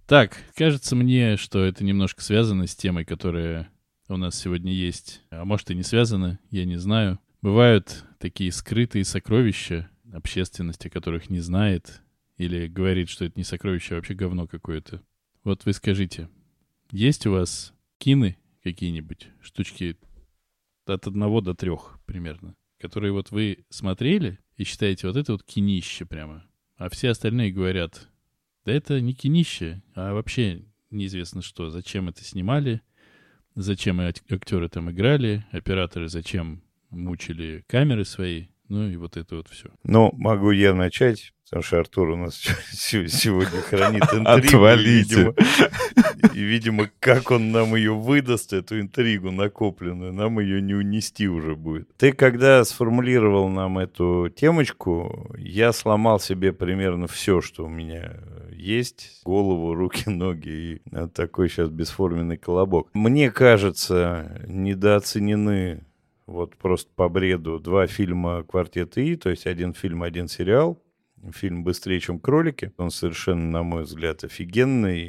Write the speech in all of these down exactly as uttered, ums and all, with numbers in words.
Так, кажется мне, что это немножко связано с темой, которая у нас сегодня есть. А может и не связано, я не знаю. Бывают такие скрытые сокровища, общественность о которых не знает, или говорит, что это не сокровище, а вообще говно какое-то. Вот вы скажите, есть у вас кины какие-нибудь, штучки от одного до трех примерно, которые вот вы смотрели и считаете, вот это вот кинище прямо, а все остальные говорят... Да это не кинище, а вообще неизвестно что. Зачем это снимали, зачем актеры там играли, операторы зачем мучили камеры свои, ну и вот это вот все. Ну, могу я начать, потому что Артур у нас сегодня хранит интригу. Отвалите. И, видимо, как он нам ее выдаст, эту интригу накопленную, нам ее не унести уже будет. Ты когда сформулировал нам эту темочку, я сломал себе примерно все, что у меня есть. Голову, руки, ноги и такой сейчас бесформенный колобок. Мне кажется, недооценены вот просто по бреду два фильма «Квартета И», то есть один фильм, один сериал. Фильм «Быстрее, чем кролики». Он совершенно, на мой взгляд, офигенный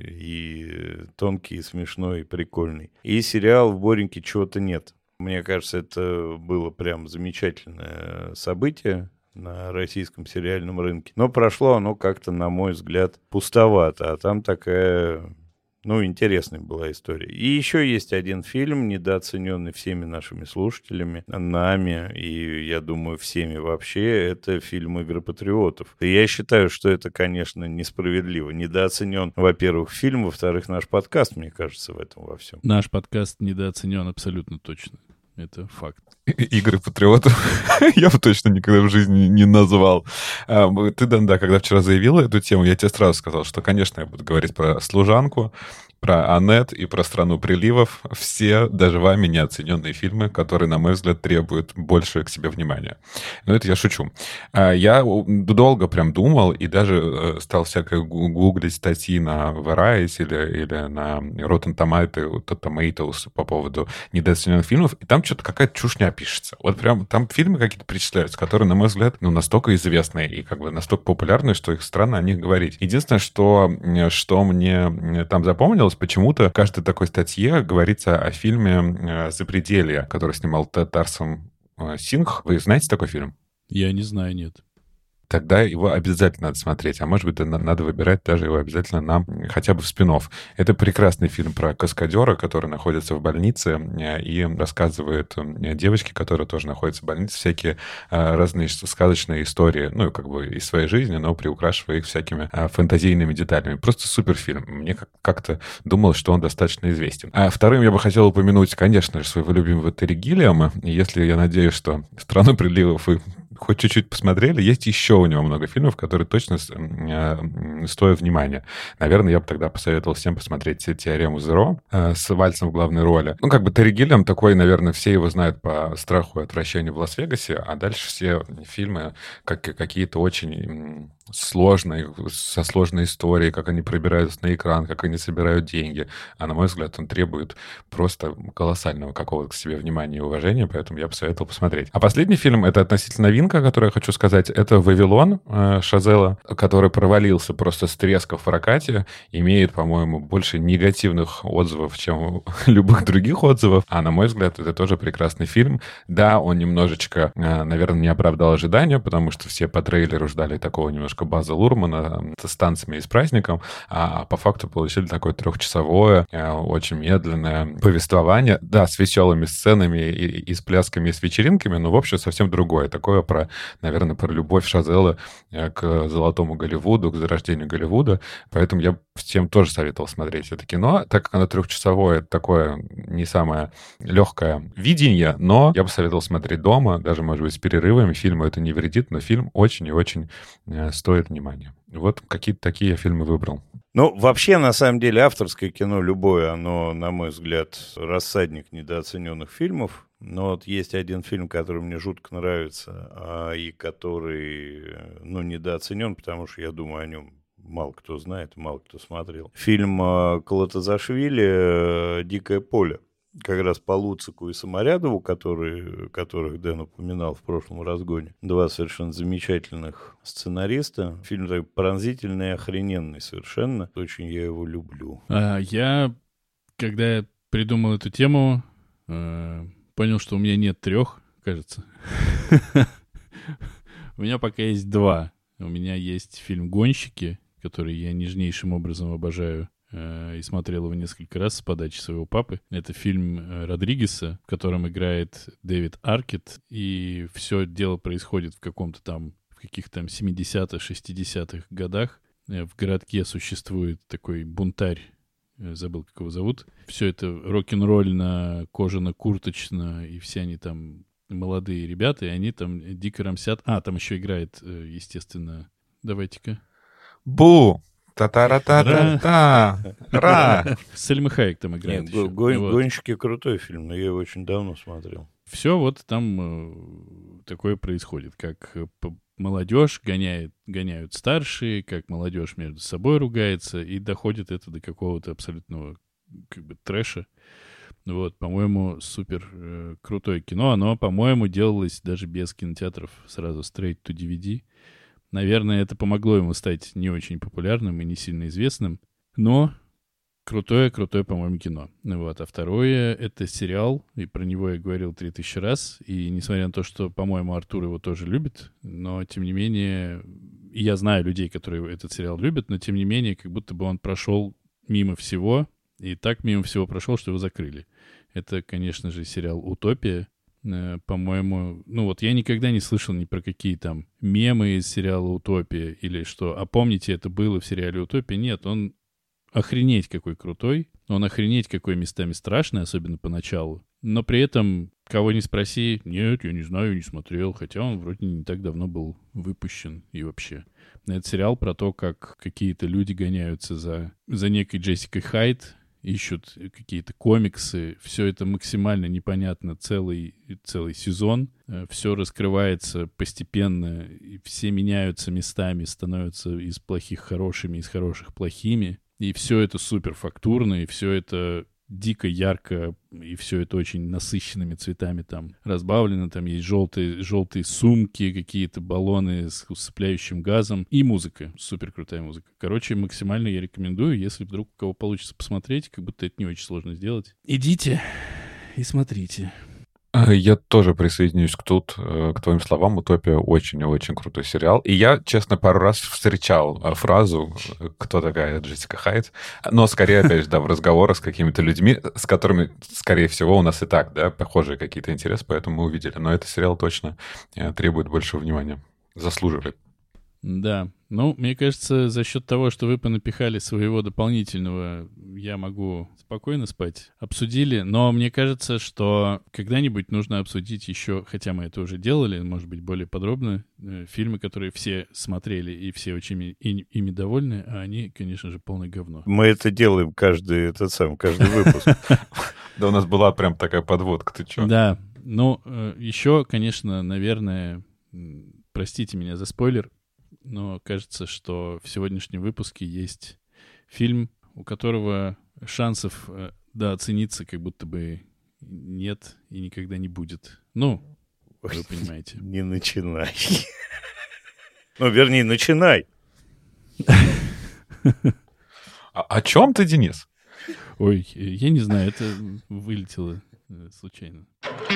и тонкий, и смешной, и прикольный. И сериал «В Бореньке чего-то нет». Мне кажется, это было прям замечательное событие на российском сериальном рынке. Но прошло оно как-то, на мой взгляд, пустовато. А там такая... Ну, интересная была история. И еще есть один фильм, недооцененный всеми нашими слушателями, нами, и, я думаю, всеми вообще, это фильм «Игры патриотов». И я считаю, что это, конечно, несправедливо. Недооценен, во-первых, фильм, во-вторых, наш подкаст, мне кажется, в этом во всем. Наш подкаст недооценен абсолютно точно. Это факт. Игры патриотов я бы точно никогда в жизни не назвал. Ты, да, когда вчера заявила эту тему, я тебе сразу сказал, что, конечно, я буду говорить про «Служанку», про Аннет и про «Страну приливов». Все, даже вами, неоцененные фильмы, которые, на мой взгляд, требуют больше к себе внимания. Но это я шучу. Я долго прям думал и даже стал всякое гуглить статьи на Variety или, или на Rotten Tomatoes по поводу недооцененных фильмов, и там что-то какая-то чушь не опишется. Вот прям там фильмы какие-то перечисляются, которые, на мой взгляд, ну, настолько известные и как бы настолько популярные, что их странно о них говорить. Единственное, что, что мне там запомнилось, почему-то в каждой такой статье говорится о фильме «Запределье», который снимал Тед Тарсон Сингх. Вы знаете такой фильм? Я не знаю, нет. Тогда его обязательно надо смотреть. А может быть, надо выбирать даже его обязательно нам хотя бы в спин-офф. Это прекрасный фильм про каскадера, который находится в больнице и рассказывает девочке, которая тоже находится в больнице, всякие разные сказочные истории, ну, как бы из своей жизни, но приукрашивая их всякими фэнтезийными деталями. Просто суперфильм. Мне как-то думалось, что он достаточно известен. А вторым я бы хотел упомянуть, конечно же, своего любимого Терри Гиллиама. Если я надеюсь, что «Страну приливов» вы хоть чуть-чуть посмотрели, есть еще у него много фильмов, которые точно стоят внимания. Наверное, я бы тогда посоветовал всем посмотреть «Теорему Зеро» с Вальцем в главной роли. Ну, как бы Терри Гиллиам такой, наверное, все его знают по «Страху и отвращению в Лас-Вегасе», а дальше все фильмы как какие-то очень сложные, со сложной историей, как они пробираются на экран, как они собирают деньги. А на мой взгляд, он требует просто колоссального какого-то к себе внимания и уважения, поэтому я бы советовал посмотреть. А последний фильм — это относительно новинка, которую я хочу сказать. Это «Вавилон» Шазела, который провалился просто с треска в прокате, имеет, по-моему, больше негативных отзывов, чем любых других отзывов. А на мой взгляд, это тоже прекрасный фильм. Да, он немножечко, наверное, не оправдал ожидания, потому что все по трейлеру ждали такого немножко База Лурмана с танцами и с праздником, а по факту получили такое трехчасовое, очень медленное повествование, да, с веселыми сценами и, и с плясками, и с вечеринками, но, в общем, совсем другое. Такое про, наверное, про любовь Шазела к золотому Голливуду, к зарождению Голливуда, поэтому я всем тоже советовал смотреть это кино, так как оно трехчасовое, такое не самое легкое видение, но я бы советовал смотреть дома, даже, может быть, с перерывами. Фильму это не вредит, но фильм очень и очень стоит внимания. Вот какие-то такие я фильмы выбрал. Ну, вообще, на самом деле, авторское кино любое, оно, на мой взгляд, рассадник недооцененных фильмов. Но вот есть один фильм, который мне жутко нравится, а, и который, ну, недооценен, потому что я думаю о нем мало кто знает, мало кто смотрел. Фильм Колотозашвили «Дикое поле». как раз по Луцику и Саморядову, которые, которых Дэн упоминал в прошлом разгоне. Два совершенно замечательных сценариста. Фильм такой пронзительный и охрененный совершенно. Очень я его люблю. А, я, когда я придумал эту тему, э, понял, что у меня нет трех, кажется. У меня пока есть два. У меня есть фильм «Гонщики», который я нежнейшим образом обожаю. И смотрел его несколько раз с подачи своего папы. Это фильм Родригеса, в котором играет Дэвид Аркетт. И все дело происходит в каком-то там, в каких-то там семидесятых, шестидесятых годах. В городке существует такой бунтарь, забыл, как его зовут. Все это рок-н-ролльно, кожано-курточно, и все они там молодые ребята, и они там дико рамсят. А, там еще играет, естественно, давайте-ка. Бу! Та-та-та-та-та! Ра! Сальма Хайек там играет. Нет, еще. гон- Вот. «Гонщики» крутой фильм, но я его очень давно смотрел. Все вот там э, такое происходит, как э, п- молодежь гоняет, гоняют старшие, как молодежь между собой ругается, и доходит это до какого-то абсолютного как бы трэша. Вот, по-моему, супер э, крутое кино. Оно, по-моему, делалось даже без кинотеатров, сразу straight to ди ви ди. Наверное, это помогло ему стать не очень популярным и не сильно известным, но крутое-крутое, по-моему, кино. Вот. А второе — это сериал, и про него я говорил три тысячи раз, и несмотря на то, что, по-моему, Артур его тоже любит, но, тем не менее, и я знаю людей, которые этот сериал любят, но, тем не менее, как будто бы он прошел мимо всего, и так мимо всего прошел, что его закрыли. Это, конечно же, сериал «Утопия». По-моему, ну вот я никогда не слышал ни про какие там мемы из сериала «Утопия» или что, а помните, это было в сериале «Утопия». Нет, он охренеть какой крутой, он охренеть какой местами страшный, особенно поначалу, но при этом, кого ни спроси, нет, я не знаю, не смотрел, хотя он вроде не так давно был выпущен и вообще. Это сериал про то, как какие-то люди гоняются за, за некой Джессикой Хайд, ищут какие-то комиксы, все это максимально непонятно целый, целый сезон, все раскрывается постепенно, и все меняются местами, становятся из плохих хорошими, из хороших плохими, и все это супер фактурно, и все это дико ярко, и все это очень насыщенными цветами там разбавлено. Там есть желтые, желтые сумки, какие-то баллоны с усыпляющим газом и музыка, супер крутая музыка. Короче, максимально я рекомендую, если вдруг у кого получится посмотреть, как будто это не очень сложно сделать. Идите и смотрите. Я тоже присоединюсь к тут, к твоим словам. «Утопия» очень и очень крутой сериал. И я, честно, пару раз встречал фразу «Кто такая Джессика Хайд?», но скорее, опять же, да, в разговорах с какими-то людьми, с которыми, скорее всего, у нас и так, да, похожие какие-то интересы, поэтому мы увидели. Но этот сериал точно требует большего внимания. Заслуживает. Да. Ну, мне кажется, за счет того, что вы понапихали своего дополнительного, я могу спокойно спать. Обсудили, но мне кажется, что когда-нибудь нужно обсудить еще, хотя мы это уже делали, может быть, более подробно, э, фильмы, которые все смотрели и все очень и, и, ими довольны, а они, конечно же, полное говно. Мы это делаем каждый, этот сам, каждый выпуск. Да у нас была прям такая подводка, ты чё? Да. Ну, еще, конечно, наверное, простите меня за спойлер, но кажется, что в сегодняшнем выпуске есть фильм, у которого шансов, да, оцениться как будто бы нет и никогда не будет. Ну, вы понимаете. Не начинай. Ну, вернее, начинай. О чем ты, Денис? Ой, я не знаю, это вылетело случайно.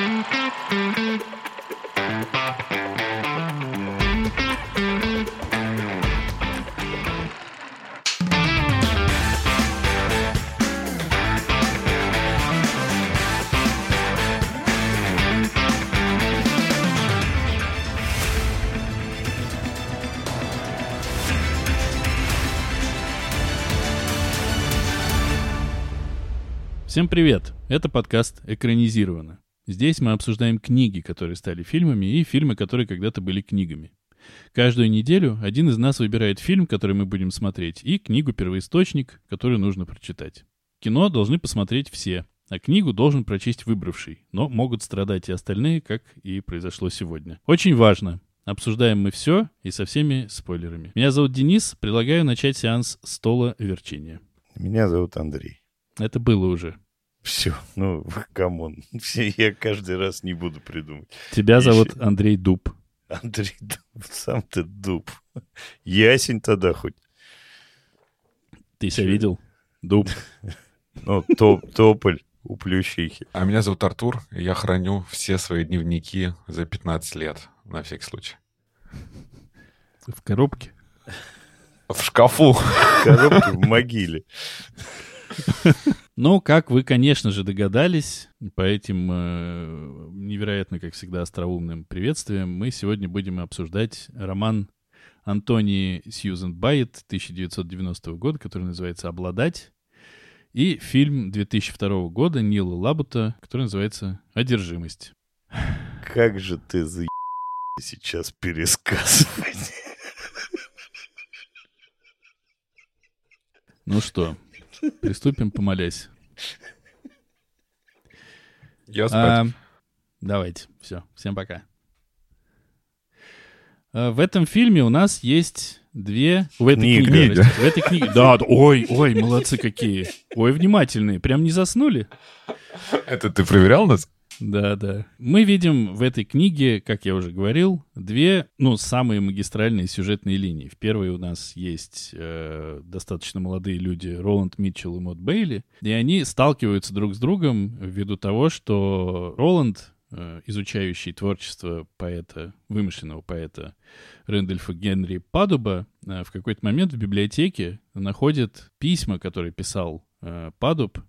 Всем привет! Это подкаст «Экранизировано». Здесь мы обсуждаем книги, которые стали фильмами, и фильмы, которые когда-то были книгами. Каждую неделю один из нас выбирает фильм, который мы будем смотреть, и книгу-первоисточник, которую нужно прочитать. Кино должны посмотреть все, а книгу должен прочесть выбравший, но могут страдать и остальные, как и произошло сегодня. Очень важно. Обсуждаем мы все и со всеми спойлерами. Меня зовут Денис, предлагаю начать сеанс стола верчения. Меня зовут Андрей. Это было уже. Все, ну, камон. Я каждый раз не буду придумать. Тебя Еще. зовут Андрей Дуб. Андрей Дуб, сам ты дуб. Ясень тогда хоть. Ты себя видел? Дуб. Ну, топ, тополь у плющихи. А меня зовут Артур, и я храню все свои дневники за пятнадцать лет, на всякий случай. В коробке? В шкафу. В коробке в могиле. Ну, как вы, конечно же, догадались, по этим э, невероятно, как всегда, остроумным приветствиям, мы сегодня будем обсуждать роман Антонии Сьюзен Байет тысяча девятьсот девяностого года, который называется «Обладать», и фильм две тысячи второго года Нила Лабута, который называется «Одержимость». Как же ты за сейчас пересказывать? Ну что, приступим, помолясь. Я спать. А, давайте, все, всем пока. А, в этом фильме у нас есть две... В этой Книга. книге, простите, в этой книге... Да, ой, ой, молодцы какие. Ой, внимательные. Прям не заснули? Это ты проверял нас? Да, да. Мы видим в этой книге, как я уже говорил, две, ну, самые магистральные сюжетные линии. В первой у нас есть э, достаточно молодые люди, Роланд Митчелл и Мот Бейли, и они сталкиваются друг с другом ввиду того, что Роланд, э, изучающий творчество поэта, вымышленного поэта Рэндольфа Генри Падуба, э, в какой-то момент в библиотеке находит письма, которые писал э, Падуб,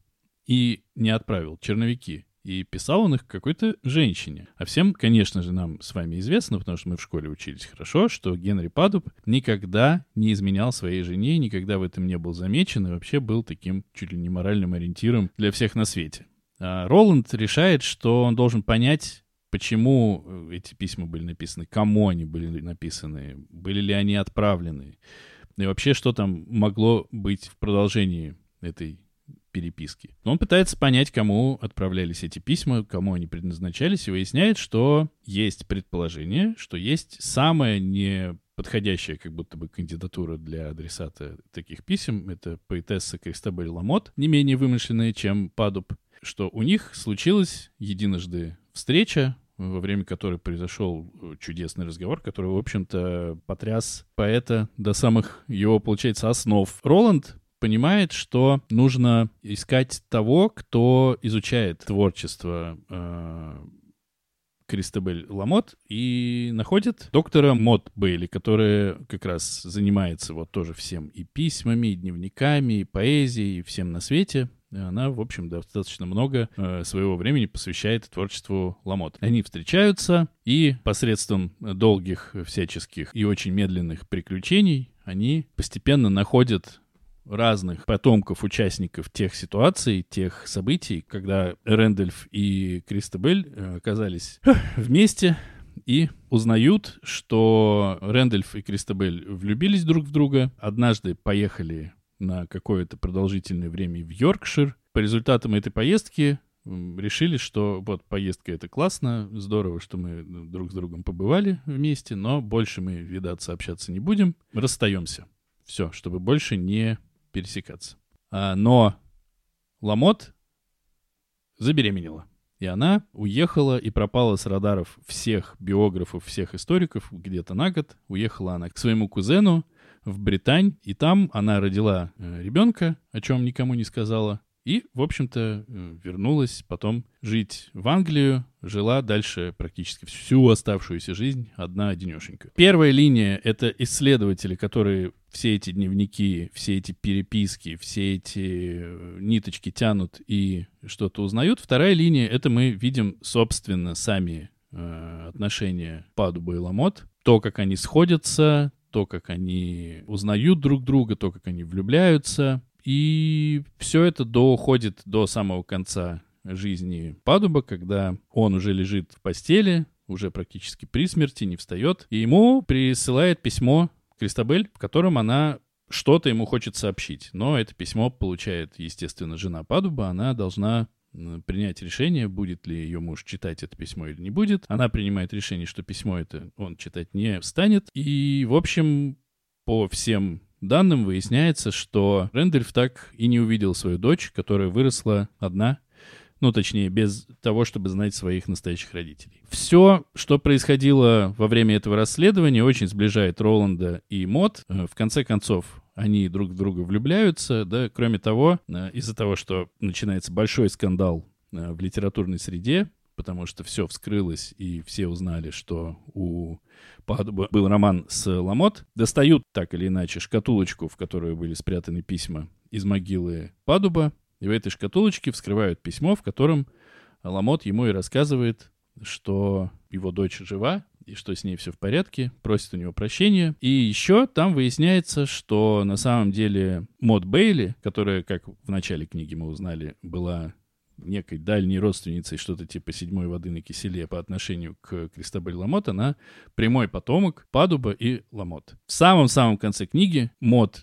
и не отправил, черновики. И писал он их какой-то женщине. А всем, конечно же, нам с вами известно, потому что мы в школе учились хорошо, что Генри Падуб никогда не изменял своей жене, никогда в этом не был замечен и вообще был таким чуть ли не моральным ориентиром для всех на свете. А Роланд решает, что он должен понять, почему эти письма были написаны, кому они были написаны, были ли они отправлены, и вообще, что там могло быть в продолжении этой переписки. Он пытается понять, кому отправлялись эти письма, кому они предназначались, и выясняет, что есть предположение, что есть самая неподходящая как будто бы кандидатура для адресата таких писем. Это поэтесса Кристобель Ламот, не менее вымышленная, чем Падуб, что у них случилась единожды встреча, во время которой произошел чудесный разговор, который, в общем-то, потряс поэта до самых его, получается, основ. Роланд понимает, что нужно искать того, кто изучает творчество э, Кристобель Ламот, и находит доктора Мот Бейли, которая как раз занимается вот тоже всем и письмами, и дневниками, и поэзией, и всем на свете. И она, в общем, достаточно много э, своего времени посвящает творчеству Ламот. Они встречаются, и посредством долгих всяческих и очень медленных приключений они постепенно находят разных потомков, участников тех ситуаций, тех событий, когда Рэндольф и Кристобель оказались вместе и узнают, что Рэндольф и Кристобель влюбились друг в друга, однажды поехали на какое-то продолжительное время в Йоркшир. По результатам этой поездки решили, что вот поездка — это классно, здорово, что мы друг с другом побывали вместе, но больше мы видаться, общаться не будем, расстаемся. Все, чтобы больше не пересекаться. А, но Ламот забеременела. И она уехала и пропала с радаров всех биографов, всех историков где-то на год. Уехала она к своему кузену в Британь, и там она родила э, ребенка, о чем никому не сказала. И, в общем-то, э, вернулась потом жить в Англию, жила дальше практически всю оставшуюся жизнь одна-одинешенька. Первая линия — это исследователи, которые все эти дневники, все эти переписки, все эти ниточки тянут и что-то узнают. Вторая линия — это мы видим, собственно, сами э, отношения Падуба и Ламот, то, как они сходятся, то, как они узнают друг друга, то, как они влюбляются. И все это доходит до самого конца жизни Падуба, когда он уже лежит в постели, уже практически при смерти, не встает, и ему присылает письмо Кристобель, в котором она что-то ему хочет сообщить. Но это письмо получает, естественно, жена Падуба. Она должна принять решение, будет ли ее муж читать это письмо или не будет. Она принимает решение, что письмо это он читать не станет. И, в общем, по всем данным выясняется, что Рэндольф так и не увидел свою дочь, которая выросла одна Ну, точнее, без того, чтобы знать своих настоящих родителей. Все, что происходило во время этого расследования, очень сближает Роланда и Мод. В конце концов, они друг в друга влюбляются. Да? Кроме того, из-за того, что начинается большой скандал в литературной среде, потому что все вскрылось, и все узнали, что у Падуба был роман с Ламот, достают так или иначе шкатулочку, в которую были спрятаны письма из могилы Падуба, и в этой шкатулочке вскрывают письмо, в котором Ламот ему и рассказывает, что его дочь жива, и что с ней все в порядке, просит у него прощения. И еще там выясняется, что на самом деле Мод Бейли, которая, как в начале книги мы узнали, была некой дальней родственницей, что-то типа седьмой воды на киселе по отношению к Кристобаль Ламот, она прямой потомок Падуба и Ламот. В самом-самом конце книги Мод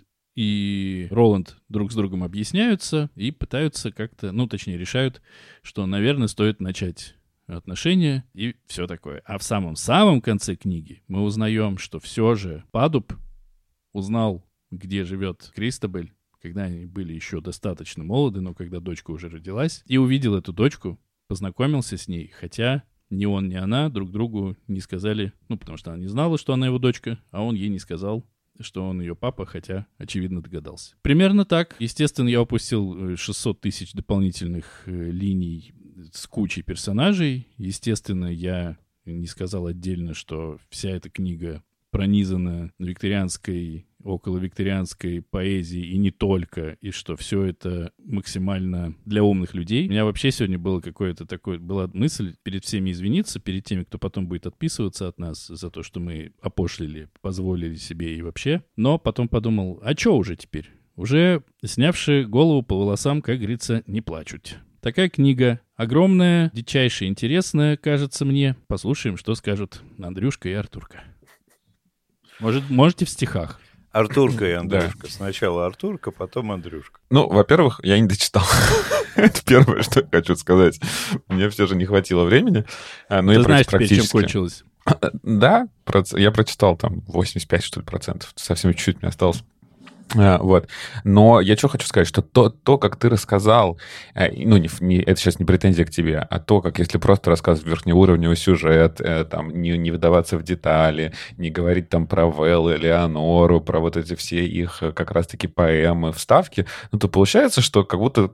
и Роланд друг с другом объясняются и пытаются как-то, ну, точнее, решают, что, наверное, стоит начать отношения и все такое. А в самом-самом конце книги мы узнаем, что все же Падуб узнал, где живет Кристобаль, когда они были еще достаточно молоды, но когда дочка уже родилась, и увидел эту дочку, познакомился с ней, хотя ни он, ни она друг другу не сказали, ну, потому что она не знала, что она его дочка, а он ей не сказал, что он ее папа, хотя, очевидно, догадался. Примерно так. Естественно, я упустил шестьсот тысяч дополнительных линий с кучей персонажей. Естественно, я не сказал отдельно, что вся эта книга пронизана викторианской, околовикторианской поэзией, и не только, и что все это максимально для умных людей. У меня вообще сегодня было какое-то такое, была мысль перед всеми извиниться, перед теми, кто потом будет отписываться от нас за то, что мы опошлили, позволили себе и вообще. Но потом подумал, а что уже теперь? Уже снявши голову по волосам, как говорится, не плачут. Такая книга огромная, дичайше интересная, кажется мне. Послушаем, что скажут Андрюшка и Артурка. Может, можете в стихах. Артурка и Андрюшка. Да. Сначала Артурка, потом Андрюшка. Ну, во-первых, я не дочитал. Это первое, что я хочу сказать. Мне все же не хватило времени. Но Ты я знаешь практически... теперь, чем кончилось? Да, я прочитал там восемьдесят пять, что ли, процентов. Совсем чуть-чуть мне осталось. Вот. Но я что хочу сказать, что то, то как ты рассказал, ну, не, не, это сейчас не претензия к тебе, а то, как если просто рассказывать верхнеуровневый сюжет, там, не, не вдаваться в детали, не говорить там про Веллу, Леонору, про вот эти все их как раз-таки поэмы, вставки, ну, то получается, что как будто,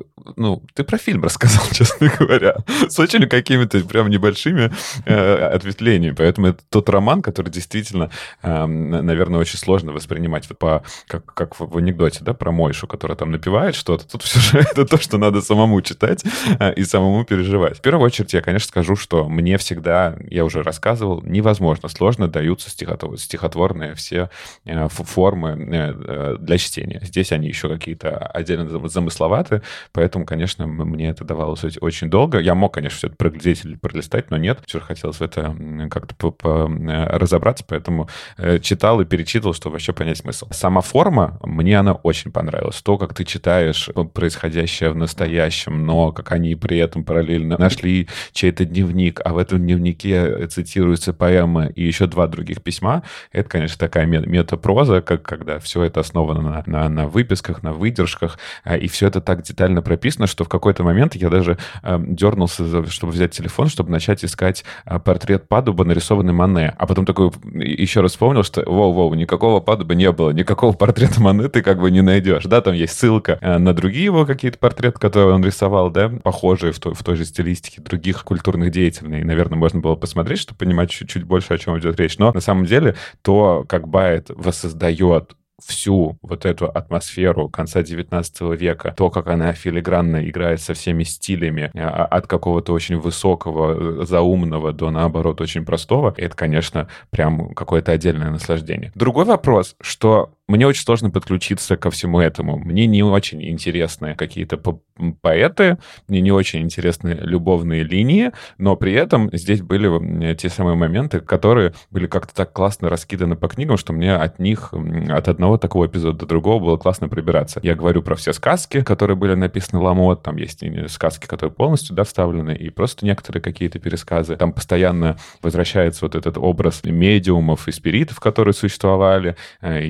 ну, ты про фильм рассказал, честно говоря, с очень какими-то прям небольшими э, ответвлениями. Поэтому это тот роман, который действительно, э, наверное, очень сложно воспринимать по... Как, как в анекдоте, да, про Мойшу, которая там напевает что-то. Тут все же это то, что надо самому читать а, и самому переживать. В первую очередь я, конечно, скажу, что мне всегда, я уже рассказывал, невозможно сложно даются стихотвор, стихотворные все э, формы э, для чтения. Здесь они еще какие-то отдельно замысловаты, поэтому, конечно, мне это давалось очень долго. Я мог, конечно, все это проглядеть или пролистать, но нет. Все же хотелось в это как-то разобраться, поэтому э, читал и перечитывал, чтобы вообще понять смысл. Сама форма, мне она очень понравилась. То, как ты читаешь происходящее в настоящем, но как они при этом параллельно нашли чей-то дневник, а в этом дневнике цитируются поэмы и еще два других письма, это, конечно, такая метапроза, как когда все это основано на, на, на выписках, на выдержках, и все это так детально прописано, что в какой-то момент я даже э, дернулся, чтобы взять телефон, чтобы начать искать портрет Падуба, нарисованный Мане. А потом такой еще раз вспомнил, что воу-воу, никакого Падуба не было, никакого портрета Мане ты как бы не найдешь, да, там есть ссылка на другие его какие-то портреты, которые он рисовал, да, похожие в той, в той же стилистике других культурных деятелей, и, наверное, можно было посмотреть, чтобы понимать чуть-чуть больше, о чем идет речь, но на самом деле то, как Байет воссоздает всю вот эту атмосферу конца девятнадцатого века, то, как она филигранно играет со всеми стилями, от какого-то очень высокого, заумного до, наоборот, очень простого, это, конечно, прям какое-то отдельное наслаждение. Другой вопрос, что мне очень сложно подключиться ко всему этому. Мне не очень интересны какие-то по- поэты, мне не очень интересны любовные линии, но при этом здесь были те самые моменты, которые были как-то так классно раскиданы по книгам, что мне от них, от одного такого эпизода до другого было классно пробираться. Я говорю про все сказки, которые были написаны Ламот, там есть сказки, которые полностью, да, вставлены, и просто некоторые какие-то пересказы. Там постоянно возвращается вот этот образ медиумов и спиритов, которые существовали. Я уже не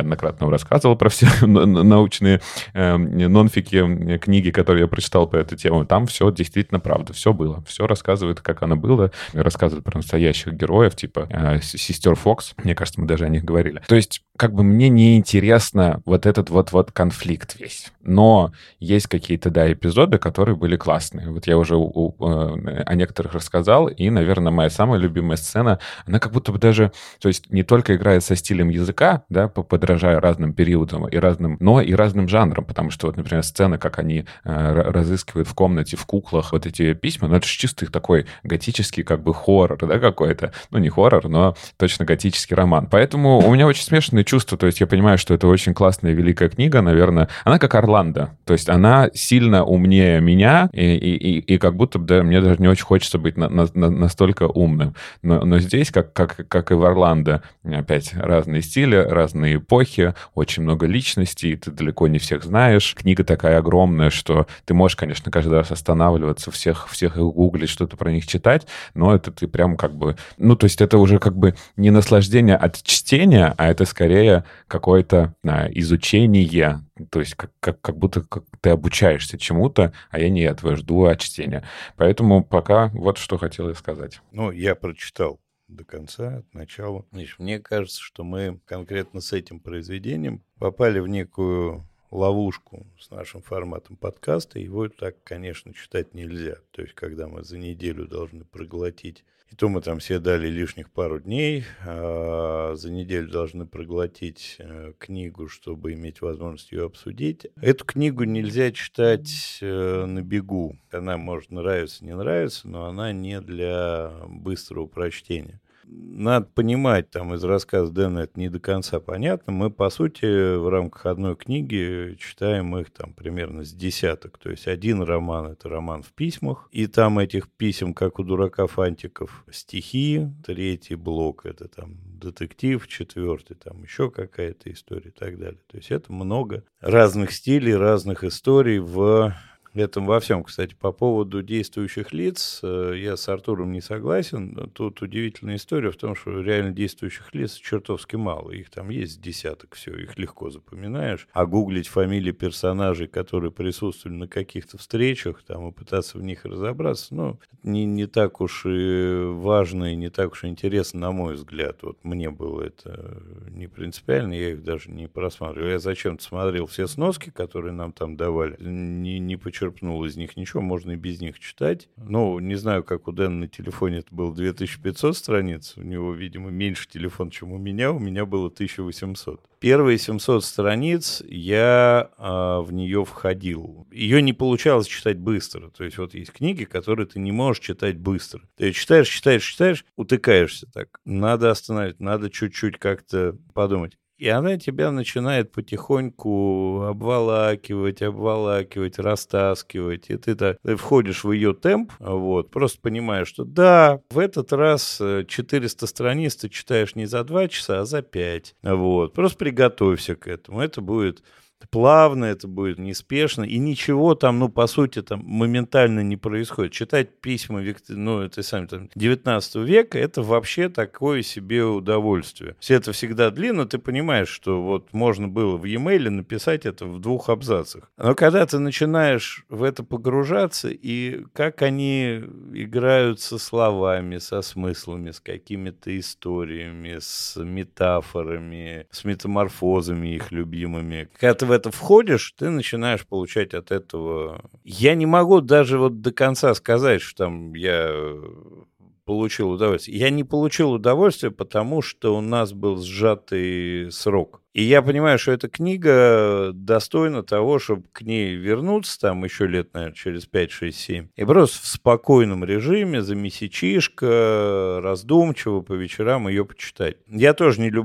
неоднократно рассказывал про все научные э, нонфики, книги, которые я прочитал по этой теме. Там все действительно правда, все было. Все рассказывает, как оно было. Рассказывает про настоящих героев, типа э, сестер Фокс. Мне кажется, мы даже о них говорили. То есть, как бы мне не интересно вот этот вот-вот конфликт весь. Но есть какие-то, да, эпизоды, которые были классные. Вот я уже у, у, о некоторых рассказал, и, наверное, моя самая любимая сцена, она как будто бы даже, то есть не только играет со стилем языка, да, подражая разным периодам и разным, но и разным жанрам, потому что вот, например, сцена, как они э, разыскивают в комнате в куклах вот эти письма, ну это же чистый такой готический как бы хоррор, да, какой-то. Ну, не хоррор, но точно готический роман. Поэтому у меня очень смешанные чувства, то есть я понимаю, что это очень классная, великая книга, наверное. Она как Орландо, то есть она сильно умнее меня, и, и, и, и как будто бы, да, мне даже не очень хочется быть на, на, настолько умным. Но, но здесь, как, как, как и в Орландо, опять разные стили, разные эпохи, очень много личностей, ты далеко не всех знаешь. Книга такая огромная, что ты можешь, конечно, каждый раз останавливаться, всех, всех их гуглить, что-то про них читать, но это ты прям как бы... Ну, то есть это уже как бы не наслаждение от чтения, а это скорее какое-то а, изучение, то есть как, как, как будто как ты обучаешься чему-то, а я не этого жду от чтения. Поэтому пока вот что хотел я сказать. Ну, я прочитал до конца, от начала. Значит, мне кажется, что мы конкретно с этим произведением попали в некую ловушку с нашим форматом подкаста. Его так, конечно, читать нельзя. То есть, когда мы за неделю должны проглотить, и то мы там себе дали лишних пару дней, а за неделю должны проглотить книгу, чтобы иметь возможность ее обсудить. Эту книгу нельзя читать на бегу. Она может нравиться, не нравиться, но она не для быстрого прочтения. Надо понимать, там из рассказа Дэна это не до конца понятно. Мы, по сути, в рамках одной книги читаем их там примерно с десяток. То есть один роман — это роман в письмах, и там этих писем, как у дурака Фантиков, стихи. Третий блок — это там детектив, четвертый там еще какая-то история и так далее. То есть это много разных стилей, разных историй в... этом во всем. Кстати, по поводу действующих лиц, я с Артуром не согласен. Тут удивительная история в том, что реально действующих лиц чертовски мало. Их там есть десяток, все, их легко запоминаешь. А гуглить фамилии персонажей, которые присутствовали на каких-то встречах, там, и пытаться в них разобраться, ну, не, не так уж и важно и не так уж и интересно, на мой взгляд. Вот мне было это не принципиально, я их даже не просматривал. Я зачем-то смотрел все сноски, которые нам там давали, не, не почему черпнул из них ничего, можно и без них читать. Ну, не знаю, как у Дэна на телефоне это было две тысячи пятьсот страниц. У него, видимо, меньше телефон, чем у меня. У меня было тысяча восемьсот. Первые семьсот страниц я а, в нее входил. Ее не получалось читать быстро. То есть вот есть книги, которые ты не можешь читать быстро. Ты читаешь, читаешь, читаешь, утыкаешься так. Надо остановить, надо чуть-чуть как-то подумать. И она тебя начинает потихоньку обволакивать, обволакивать, растаскивать. И ты, ты входишь в ее темп, вот, просто понимаешь, что да, в этот раз четыреста страниц ты читаешь не за два часа, а за пять. Вот. Просто приготовься к этому. Это будет плавно, это будет неспешно, и ничего там, ну, по сути, там моментально не происходит. Читать письма, ну, это сами там девятнадцатого века, это вообще такое себе удовольствие. Все это всегда длинно, ты понимаешь, что вот можно было в e-mail написать это в двух абзацах. Но когда ты начинаешь в это погружаться, и как они играют со словами, со смыслами, с какими-то историями, с метафорами, с метаморфозами их любимыми, когда ты в это входишь, ты начинаешь получать от этого... Я не могу даже вот до конца сказать, что там я получил удовольствие. Я не получил удовольствие, потому что у нас был сжатый срок. И я понимаю, что эта книга достойна того, чтобы к ней вернуться, там еще лет, наверное, через пять, шесть, семь, и просто в спокойном режиме, за месячишко, раздумчиво по вечерам ее почитать. Я тоже не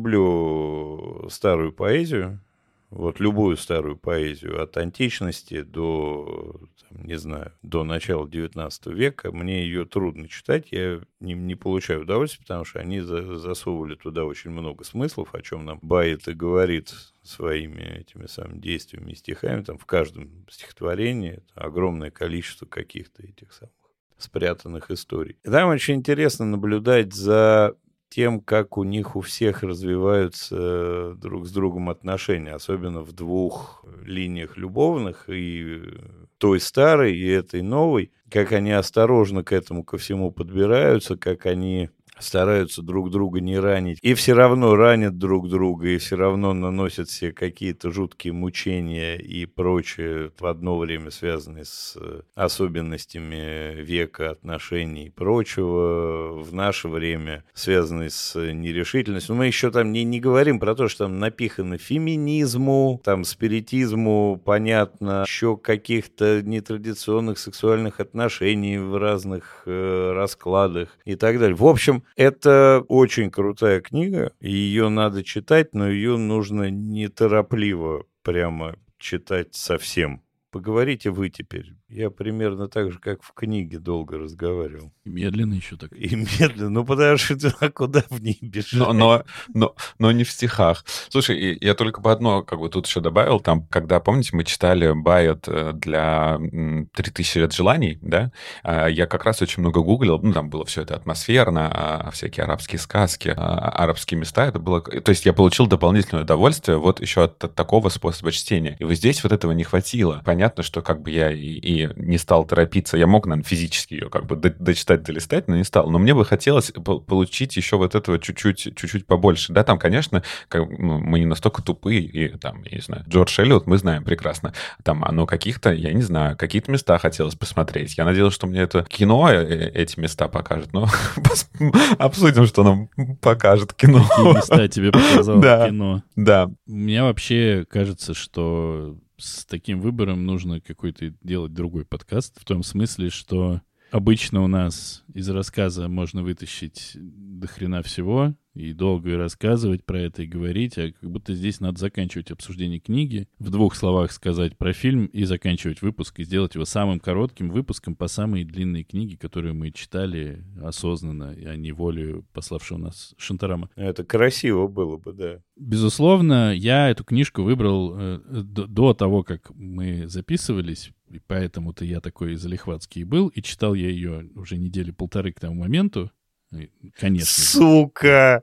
люблю старую поэзию. Вот любую старую поэзию, от античности до, там, не знаю, до начала девятнадцатого века, мне ее трудно читать, я не, не получаю удовольствия, потому что они за, засовывали туда очень много смыслов, о чем нам Байет и говорит своими этими самыми действиями и стихами, там в каждом стихотворении огромное количество каких-то этих самых спрятанных историй. И там очень интересно наблюдать за тем, как у них у всех развиваются друг с другом отношения, особенно в двух линиях любовных, и той старой, и этой новой, как они осторожно к этому ко всему подбираются, как они стараются друг друга не ранить, и все равно ранят друг друга, и все равно наносят себе какие-то жуткие мучения и прочее, в одно время связанные с особенностями века, отношений и прочего, в наше время связанные с нерешительностью. Но мы еще там не, не говорим про то, что там напихано феминизму, там спиритизму, понятно, еще каких-то нетрадиционных сексуальных отношений в разных э, раскладах и так далее. В общем, это очень крутая книга, и ее надо читать, но ее нужно неторопливо прямо читать совсем. Поговорите вы теперь. Я примерно так же, как в книге, долго разговаривал. И медленно еще так. И медленно. Ну, потому что а куда в ней бежать? Но, но, но, но не в стихах. Слушай, я только бы одно как бы тут еще добавил. Там, когда, помните, мы читали Байет для «Три тысячи лет желаний», да? Я как раз очень много гуглил. Ну, там было все это атмосферно, всякие арабские сказки, арабские места. Это было... То есть я получил дополнительное удовольствие вот еще от, от такого способа чтения. И вот здесь вот этого не хватило. Понятно, что как бы я и, и не стал торопиться. Я мог, наверное, физически ее как бы дочитать, долистать, но не стал. Но мне бы хотелось получить еще вот этого чуть-чуть, чуть-чуть побольше. Да, там, конечно, как, ну, мы не настолько тупые, и там, я не знаю, Джордж Эллиот мы знаем прекрасно. Там, оно каких-то, я не знаю, какие-то места хотелось посмотреть. Я надеялся, что мне это кино эти места покажет. Но обсудим, что нам покажет кино. Какие места тебе показало да, кино. Да. Мне вообще кажется, что с таким выбором нужно какой-то делать другой подкаст, в том смысле, что обычно у нас из рассказа можно вытащить до хрена всего и долго и рассказывать про это и говорить, а как будто здесь надо заканчивать обсуждение книги, в двух словах сказать про фильм и заканчивать выпуск, и сделать его самым коротким выпуском по самой длинной книге, которую мы читали осознанно, а не волею пославшего нас Шантарама. Это красиво было бы, да. Безусловно, я эту книжку выбрал э, до, до того, как мы записывались, и поэтому-то я такой залихватский был, и читал я ее уже недели полторы к тому моменту. Конечно. Сука!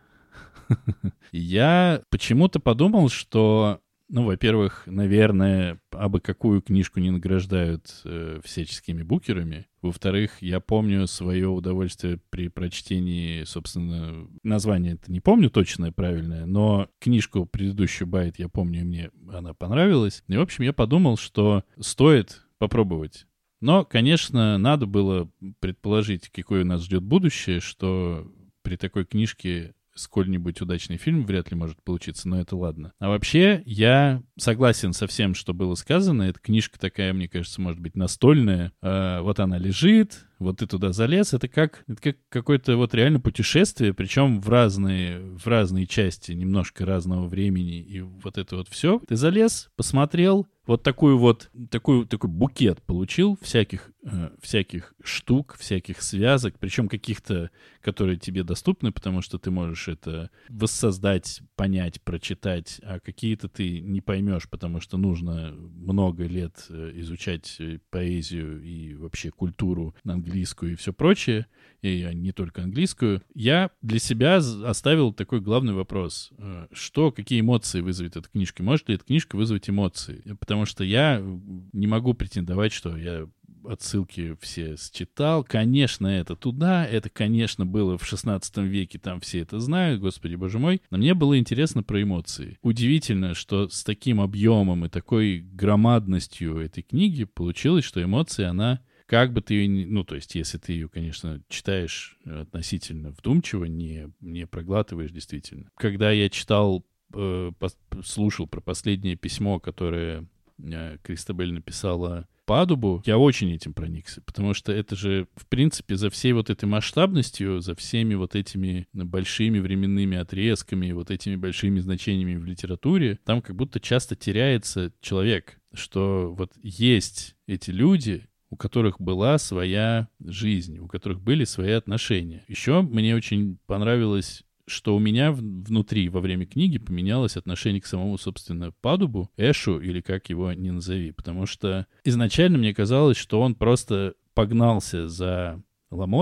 Я почему-то подумал, что, ну, во-первых, наверное, абы какую книжку не награждают э, всяческими букерами. Во-вторых, я помню свое удовольствие при прочтении, собственно, название это не помню точное, правильное, но книжку предыдущую Байет я помню, и мне она понравилась. И, в общем, я подумал, что стоит попробовать. Но, конечно, надо было предположить, какое у нас ждет будущее, что при такой книжке сколь-нибудь удачный фильм вряд ли может получиться, но это ладно. А вообще, я согласен со всем, что было сказано. Эта книжка такая, мне кажется, может быть настольная. А, вот она лежит, вот ты туда залез. Это как, это как какое-то вот реально путешествие, причем в разные, в разные части, немножко разного времени. И вот это вот все. Ты залез, посмотрел, вот такую вот, такую, такой букет получил всяких, э, всяких штук, всяких связок, причем каких-то, которые тебе доступны, потому что ты можешь это воссоздать, понять, прочитать, а какие-то ты не поймешь, потому что нужно много лет изучать поэзию и вообще культуру английскую и все прочее, и не только английскую. Я для себя оставил такой главный вопрос. Что, какие эмоции вызовет эта книжка? Может ли эта книжка вызвать эмоции? Потому что я не могу претендовать, что я отсылки все считал. Конечно, это туда, это, конечно, было в шестнадцатом веке, там все это знают, господи боже мой. Но мне было интересно про эмоции. Удивительно, что с таким объемом и такой громадностью этой книги получилось, что эмоции, она как бы ты ее, ну, то есть, если ты ее, конечно, читаешь относительно вдумчиво, не, не проглатываешь действительно. Когда я читал, э, слушал про последнее письмо, которое э, Кристобель написала Падубу, я очень этим проникся, потому что это же, в принципе, за всей вот этой масштабностью, за всеми вот этими большими временными отрезками, вот этими большими значениями в литературе, там как будто часто теряется человек, что вот есть эти люди, у которых была своя жизнь, у которых были свои отношения. Еще мне очень понравилось, что у меня внутри во время книги поменялось отношение к самому, собственно, Падубу, Эшу, или как его ни назови, потому что изначально мне казалось, что он просто погнался за Ламот,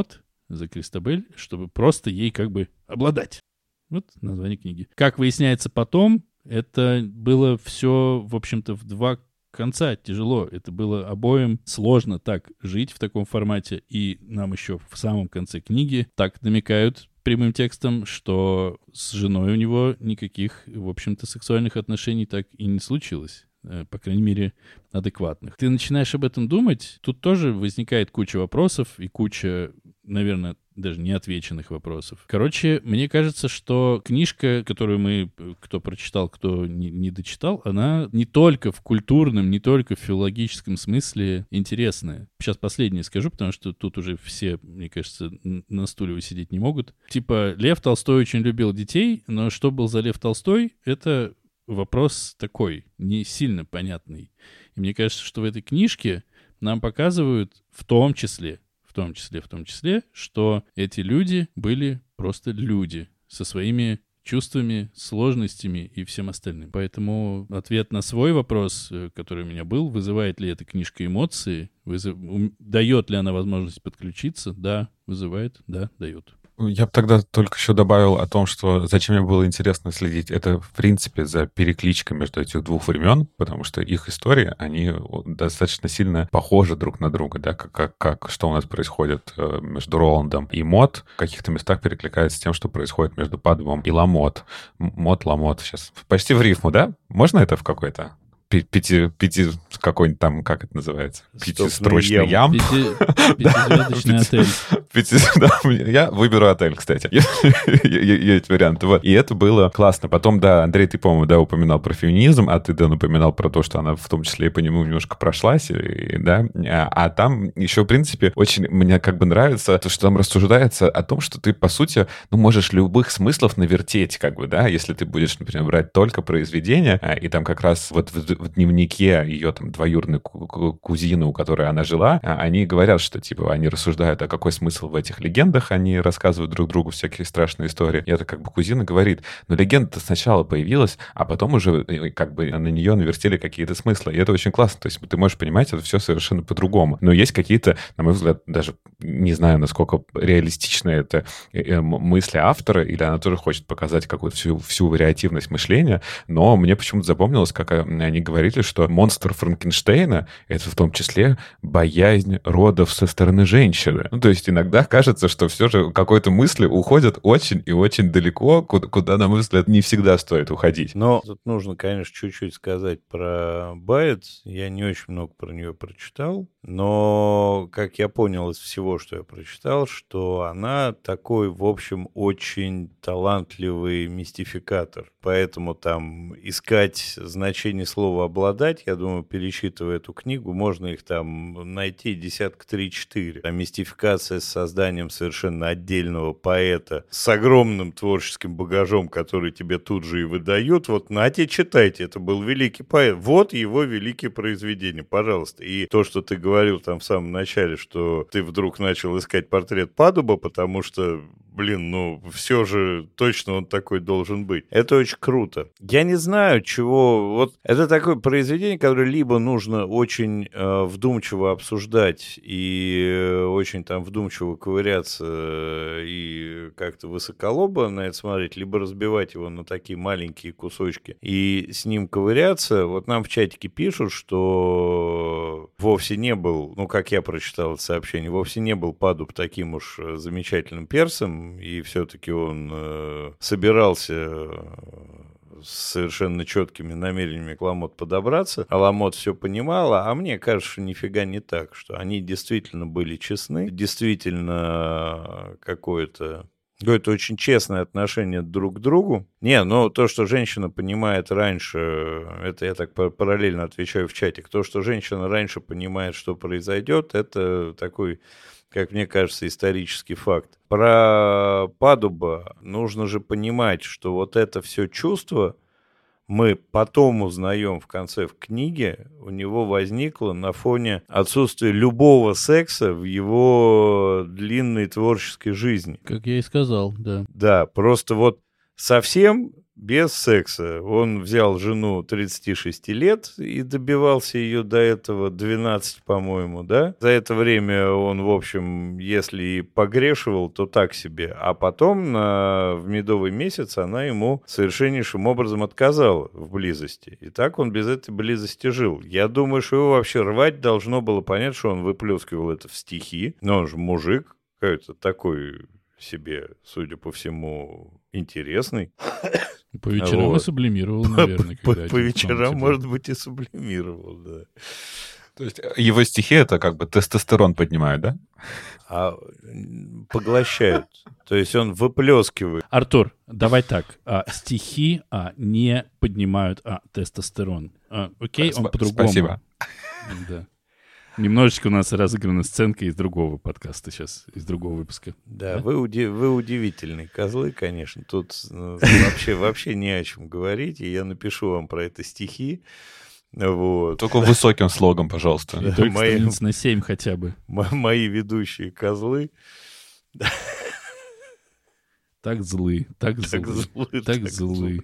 за Кристабель, чтобы просто ей как бы обладать. Вот название книги. Как выясняется потом, это было все, в общем-то, в два конца тяжело. Это было обоим сложно так жить в таком формате. И нам еще в самом конце книги так намекают прямым текстом, что с женой у него никаких, в общем-то, сексуальных отношений так и не случилось. По крайней мере, адекватных. Ты начинаешь об этом думать, тут тоже возникает куча вопросов и куча, наверное, даже неотвеченных вопросов. Короче, мне кажется, что книжка, которую мы, кто прочитал, кто не, не дочитал, она не только в культурном, не только в филологическом смысле интересная. Сейчас последнее скажу, потому что тут уже все, мне кажется, на стуле усидеть не могут. Типа, Лев Толстой очень любил детей, но что был за Лев Толстой, это вопрос такой, не сильно понятный. И мне кажется, что в этой книжке нам показывают в том числе, в том числе, в том числе, что эти люди были просто люди со своими чувствами, сложностями и всем остальным. Поэтому ответ на свой вопрос, который у меня был, вызывает ли эта книжка эмоции, вызыв... дает ли она возможность подключиться? Да, вызывает, да, дает. Я бы тогда только еще добавил о том, что зачем мне было интересно следить. Это, в принципе, за перекличкой между этих двух времен, потому что их истории, они достаточно сильно похожи друг на друга, да, как, как, как что у нас происходит между Роландом и Мот, в каких-то местах перекликается с тем, что происходит между Падубом и Ламот. Мот, Ламот, сейчас почти в рифму, да? Можно это в какой-то? Пяти, пяти, какой-нибудь там, как это называется? Пятистрочный ям. Пятизвездочный отель. Пяти, да, я выберу отель, кстати. Есть варианты. Вот. И это было классно. Потом, да, Андрей, ты, по-моему, да, упоминал про феминизм, а ты, да, напоминал про то, что она в том числе и по нему немножко прошлась, и, да. А, а там еще, в принципе, очень мне как бы нравится то, что там рассуждается о том, что ты, по сути, ну, можешь любых смыслов навертеть, как бы, да, если ты будешь, например, брать только произведения, и там как раз вот в, в дневнике ее там двоюродной кузины, у которой она жила, они говорят, что, типа, они рассуждают, а какой смысл в этих легендах, они рассказывают друг другу всякие страшные истории. И это как бы кузина говорит, ну, легенда-то сначала появилась, а потом уже как бы на нее навертели какие-то смыслы. И это очень классно. То есть ты можешь понимать это все совершенно по-другому. Но есть какие-то, на мой взгляд, даже не знаю, насколько реалистичны это мысли автора, или она тоже хочет показать какую-то всю, всю вариативность мышления, но мне почему-то запомнилось, как они говорили, что монстр Франкенштейна — это в том числе боязнь родов со стороны женщины. Ну, то есть иногда кажется, что все же какой-то мысли уходят очень и очень далеко, куда, куда, на мой взгляд, не всегда стоит уходить. Но тут нужно, конечно, чуть-чуть сказать про Байет. Я не очень много про нее прочитал, но, как я понял из всего, что я прочитал, что она такой, в общем, очень талантливый мистификатор. Поэтому там искать значение слова «обладать», я думаю, перечитывая эту книгу, можно их там найти десятка три-четыре. А мистификация с созданием совершенно отдельного поэта с огромным творческим багажом, который тебе тут же и выдают. Вот, нате, читайте, это был великий поэт. Вот его великие произведения, пожалуйста. И то, что ты говорил там в самом начале, что ты вдруг начал искать портрет Падуба, потому что, блин, ну, все же точно он такой должен быть. Это очень круто. Я не знаю, чего... Вот это такое произведение, которое либо нужно очень э, вдумчиво обсуждать и э, очень там вдумчиво ковыряться э, и как-то высоколобо на это смотреть, либо разбивать его на такие маленькие кусочки и с ним ковыряться. Вот нам в чатике пишут, что вовсе не был, ну, как я прочитал это сообщение, вовсе не был Падуб таким уж замечательным персом, и все-таки он э, собирался э, с совершенно четкими намерениями к Ламот подобраться, а Ламот все понимала, а мне кажется, что нифига не так, что они действительно были честны, действительно какое-то какое-то очень честное отношение друг к другу. Не, но то, что женщина понимает раньше, это я так параллельно отвечаю в чатик, то, что женщина раньше понимает, что произойдет, это такой, как мне кажется, исторический факт. Про Падуба нужно же понимать, что вот это все чувство мы потом узнаем в конце в книге, у него возникло на фоне отсутствия любого секса в его длинной творческой жизни. Как я и сказал, да. Да, просто вот совсем без секса. Он взял жену тридцати шести лет и добивался ее до этого двенадцать, по-моему, да? За это время он, в общем, если и погрешивал, то так себе. А потом на... в медовый месяц она ему совершеннейшим образом отказала в близости. И так он без этой близости жил. Я думаю, что его вообще рвать должно было понять, что он выплескивал это в стихи. Но он же мужик какой-то такой себе, судя по всему, интересный. По вечерам вот. И сублимировал, наверное. По, по вечерам, может быть, и сублимировал, да. То есть его стихи это как бы тестостерон поднимают, да? А поглощают. То есть он выплескивает. Артур, давай так. А, стихи а, не поднимают а, тестостерон. А, окей, он по-другому. Спасибо. Да. Немножечко у нас разыграна сценка из другого подкаста сейчас, из другого выпуска. Да, да? Вы, уди- вы удивительные козлы, конечно. Тут ну, вообще, вообще не о чем говорить. И я напишу вам про это стихи. Вот. Только высоким слогом, пожалуйста. Да, только мои, страниц на семь хотя бы. Мои ведущие козлы. Так злы, так, так злы, злы, так, так злы. злы.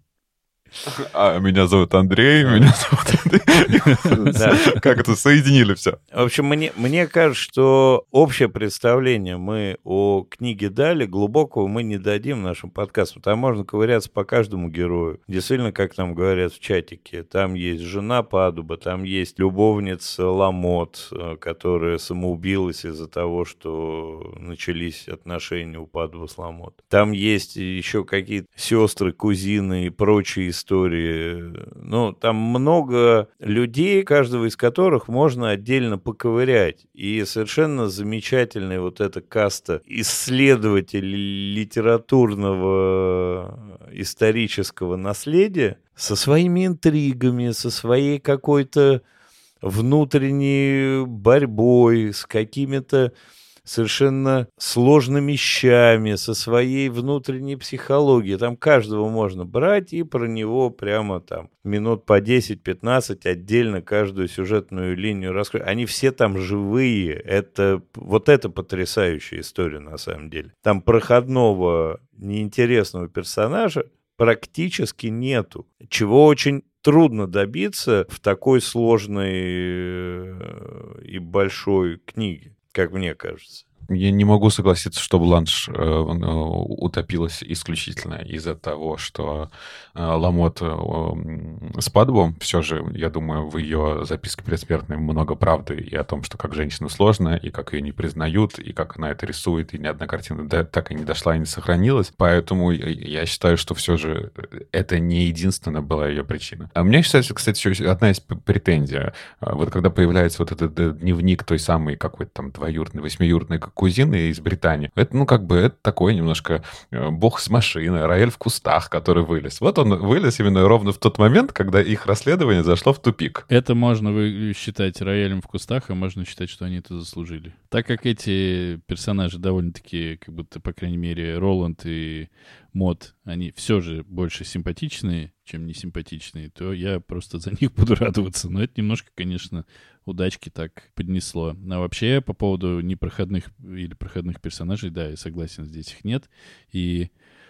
А, меня зовут Андрей, меня зовут Андрей. Да. Как это, соединили все. В общем, мне, мне кажется, что общее представление мы о книге дали, глубокого мы не дадим нашим подкастам. Там можно ковыряться по каждому герою. Действительно, как нам говорят в чатике, там есть жена Падуба, там есть любовница Ламот, которая самоубилась из-за того, что начались отношения у Падуба с Ламот. Там есть еще какие-то сестры, кузины и прочие истории. истории. Ну, там много людей, каждого из которых можно отдельно поковырять. И совершенно замечательная вот эта каста исследователей литературного исторического наследия со своими интригами, со своей какой-то внутренней борьбой, с какими-то совершенно сложными вещами, со своей внутренней психологией. Там каждого можно брать и про него прямо там минут по десять-пятнадцать отдельно каждую сюжетную линию раскрыть. Они все там живые. Это, вот это потрясающая история на самом деле. Там проходного, неинтересного персонажа практически нету. Чего очень трудно добиться в такой сложной и большой книге, как мне кажется. Я не могу согласиться, что Бланш э, утопилась исключительно из-за того, что э, Ламот э, с Падубом. Все же, я думаю, в ее записке предсмертной много правды и о том, что как женщина сложная, и как ее не признают, и как она это рисует, и ни одна картина да, так и не дошла и не сохранилась. Поэтому я считаю, что все же это не единственная была ее причина. А у меня, кстати, кстати, еще одна есть претензия. Вот когда появляется вот этот дневник той самой какой-то там двоюродной, восьмиюродной кузины из Британии. Это, ну, как бы, это такой немножко э, бог с машины, рояль в кустах, который вылез. Вот он вылез именно ровно в тот момент, когда их расследование зашло в тупик. Это можно вы считать роялем в кустах, а можно считать, что они это заслужили. Так как эти персонажи довольно-таки, как будто, по крайней мере, Роланд и Мод, они все же больше симпатичные, чем не симпатичные, то я просто за них буду радоваться. Но это немножко, конечно, удачки так поднесло. А вообще, по поводу непроходных или проходных персонажей, да, я согласен, здесь их нет. И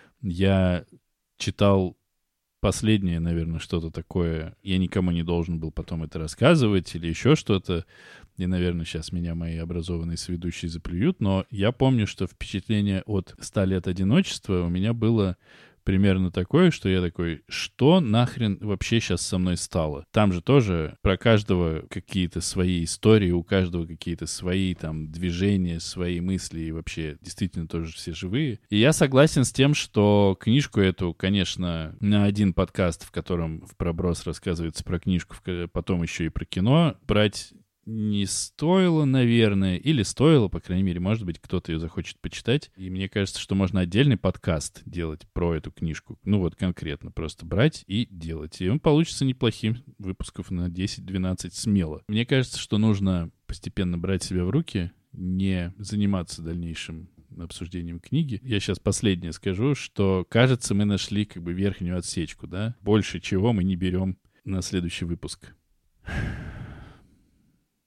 я читал последнее, наверное, что-то такое. Я никому не должен был потом это рассказывать или еще что-то. И, наверное, сейчас меня мои образованные соведущие заплюют. Но я помню, что впечатление от ста лет одиночества у меня было примерно такое, что я такой, что нахрен вообще сейчас со мной стало? Там же тоже про каждого какие-то свои истории, у каждого какие-то свои там движения, свои мысли, и вообще действительно тоже все живые. И я согласен с тем, что книжку эту, конечно, на один подкаст, в котором в проброс рассказывается про книжку, потом еще и про кино, брать не стоило, наверное, или стоило, по крайней мере, может быть, кто-то ее захочет почитать. И мне кажется, что можно отдельный подкаст делать про эту книжку. Ну вот конкретно, просто брать и делать. И он получится неплохим, выпусков на десять-двенадцать смело. Мне кажется, что нужно постепенно брать себя в руки, не заниматься дальнейшим обсуждением книги. Я сейчас последнее скажу, что, кажется, мы нашли как бы верхнюю отсечку, да? Больше чего мы не берем на следующий выпуск.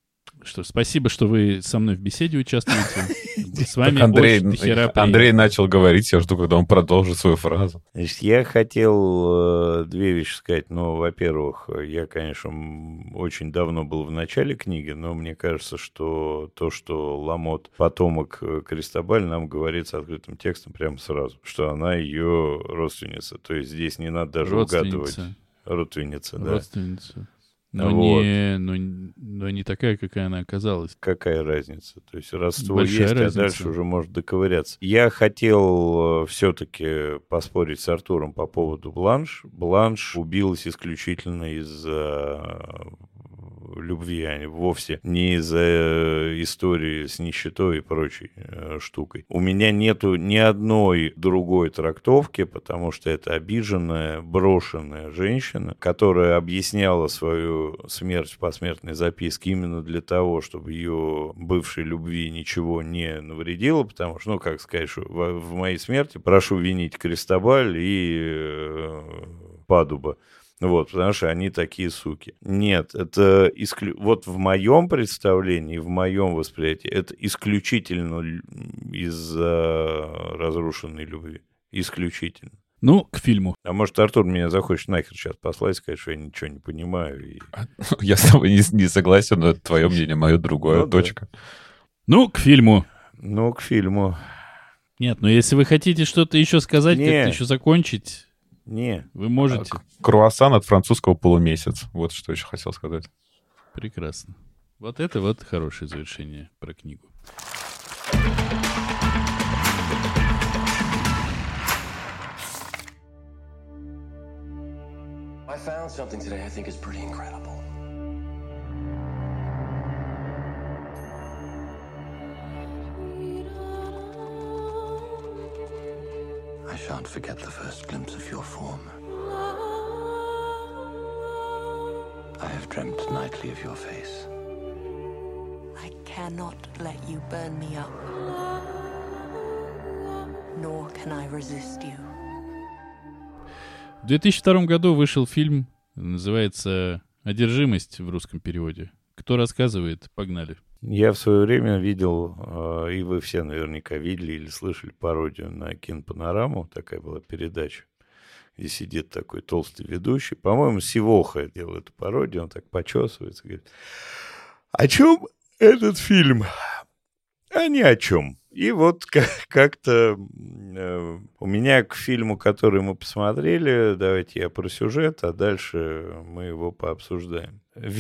Что, спасибо, что вы со мной в беседе участвуете. С вами Андрей, Андрей, Андрей начал говорить, я жду, когда он продолжит свою фразу. Значит, я хотел э, две вещи сказать. Ну, во-первых, я, конечно, очень давно был в начале книги, но мне кажется, что то, что Ламот потомок Кристобаль, нам говорит с открытым текстом прямо сразу, что она ее родственница. То есть здесь не надо даже угадывать. Родственница, да. Родственница. Но, вот. не, но, но не такая, какая она оказалась. Какая разница? То есть родство Большая есть, разница. А дальше уже может доковыряться. Я хотел все-таки поспорить с Артуром по поводу Бланш. Бланш убилась исключительно из-за любви, а не вовсе не из-за истории с нищетой и прочей э, штукой. У меня нету ни одной другой трактовки, потому что это обиженная, брошенная женщина, которая объясняла свою смерть в посмертной записке именно для того, чтобы ее бывшей любви ничего не навредило, потому что, ну, как сказать, что в, в моей смерти прошу винить Кристобаль и э, Падуба. Вот, потому что они такие суки. Нет, это исклю... вот в моем представлении, в моем восприятии, это исключительно из-за разрушенной любви. Исключительно. Ну, к фильму. А может, Артур меня захочет нахер сейчас послать, сказать, что я ничего не понимаю. И... Я с тобой не, не согласен, но это твое мнение, мое другое. Ну, точка. Да. Ну, к фильму. Ну, к фильму. Нет, ну если вы хотите что-то еще сказать, Не. как-то еще закончить... Не. Вы можете. Круассан от французского полумесяц. Вот что еще хотел сказать. Прекрасно. Вот это вот хорошее завершение про книгу. I found something today I think is pretty incredible. I shan't forget the first glimpse of your form. I have dreamt nightly of your face. I cannot let you burn me up. Nor can I resist you. В две тысячи втором году вышел фильм, называется «Одержимость» в русском переводе. Кто рассказывает? Погнали. Я в свое время видел, и вы все наверняка видели или слышали пародию на Кинопанораму. Такая была передача, где сидит такой толстый ведущий. По-моему, Сивоха делал эту пародию, он так почесывается, говорит: о чем этот фильм? А ни о чем. И вот как-то э, у меня к фильму, который мы посмотрели, давайте я про сюжет, а дальше мы его пообсуждаем.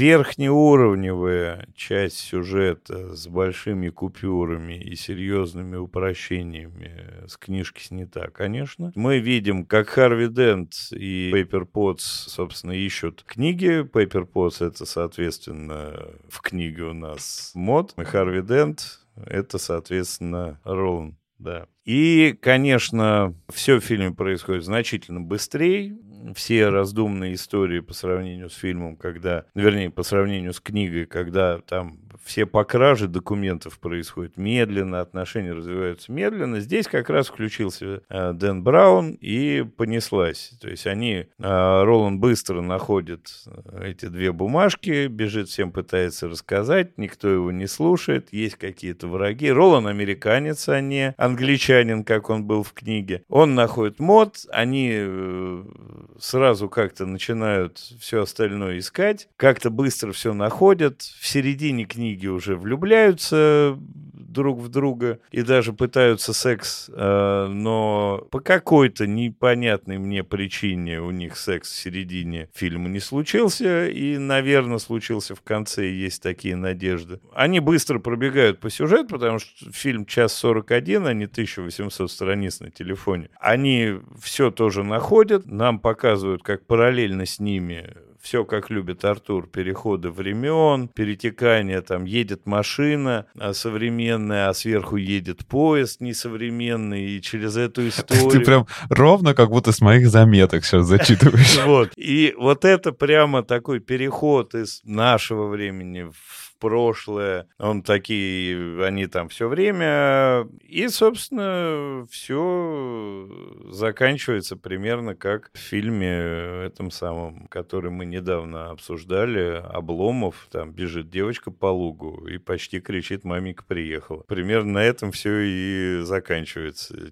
Верхнеуровневая часть сюжета с большими купюрами и серьезными упрощениями с книжки снята, конечно. Мы видим, как Харви Дент и Пейпер Потс, собственно, ищут книги. Пейпер Потс — это, соответственно, в книге у нас Мод, и Харви Дент — это, соответственно, Ролан, да. И, конечно, все в фильме происходит значительно быстрее. Все раздумные истории по сравнению с фильмом, когда, вернее, по сравнению с книгой, когда там все по краже документов происходят медленно, отношения развиваются медленно. Здесь как раз включился э, Дэн Браун и понеслась. То есть они, э, Роланд быстро находит эти две бумажки, бежит, всем пытается рассказать, никто его не слушает, есть какие-то враги. Роланд американец, а не англичанин, как он был в книге. Он находит Мод, они э, сразу как-то начинают все остальное искать, как-то быстро все находят, в середине книги уже влюбляются друг в друга и даже пытаются секс, э, но по какой-то непонятной мне причине у них секс в середине фильма не случился, и, наверное, случился в конце, и есть такие надежды. Они быстро пробегают по сюжету, потому что фильм час сорок один, а не тысяча восемьсот страниц на телефоне. Они все тоже находят, нам показывают, как параллельно с ними все, как любит Артур, переходы времен, перетекания, там едет машина современная, а сверху едет поезд несовременный, и через эту историю... Ты прям ровно как будто с моих заметок сейчас зачитываешь. Вот. И вот это прямо такой переход из нашего времени в прошлое. Он такие, они там все время. И, собственно, все заканчивается примерно как в фильме этом самом, который мы недавно обсуждали, Обломов. Там бежит девочка по лугу и почти кричит: «Маменька приехала». Примерно на этом все и заканчивается.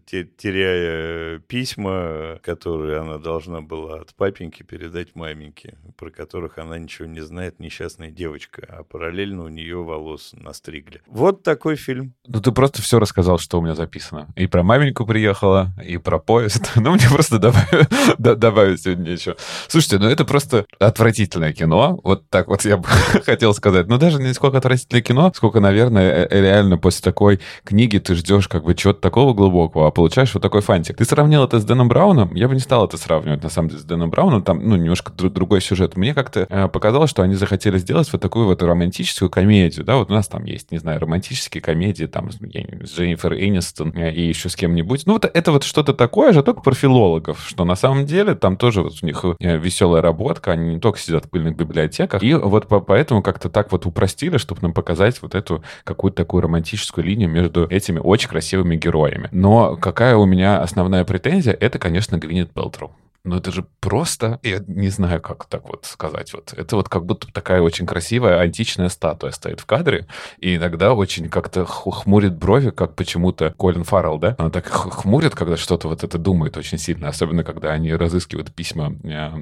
Теряя письма, которые она должна была от папеньки передать маменьке, про которых она ничего не знает, несчастная девочка, а параллельно у нее волос настригли. Вот такой фильм. Ну, ты просто все рассказал, что у меня записано. И про маменьку приехала, и про поезд. Ну, мне просто добавить сегодня нечего. Слушайте, ну это просто отвратительное кино. Вот так вот я бы хотел сказать. Ну, даже не сколько отвратительное кино, сколько, наверное, реально после такой книги ты ждешь как бы чего-то такого глубокого, а получаешь вот такой фантик. Ты сравнил это с Дэном Брауном? Я бы не стал это сравнивать, на самом деле, с Дэном Брауном. Там, ну, немножко дру- другой сюжет. Мне как-то э, показалось, что они захотели сделать вот такую вот романтическую комедию, да, вот у нас там есть, не знаю, романтические комедии, там, с Дженнифер Энистон э, и еще с кем-нибудь. Ну, вот это вот что-то такое же, только про филологов, что на самом деле там тоже вот у них э, веселая работка, они не только сидят в пыльных библиотеках, и вот по- поэтому как-то так вот упростили, чтобы нам показать вот эту какую-то такую романтическую линию между этими очень красивыми героями. Но какая у меня основная претензия, это, конечно, Гвинет Пэлтроу. Но это же просто, я не знаю, как так вот сказать. Вот. Это вот как будто такая очень красивая античная статуя стоит в кадре, и иногда очень как-то хмурит брови, как почему-то Колин Фаррелл, да? Она так хмурит, когда что-то вот это думает очень сильно, особенно когда они разыскивают письма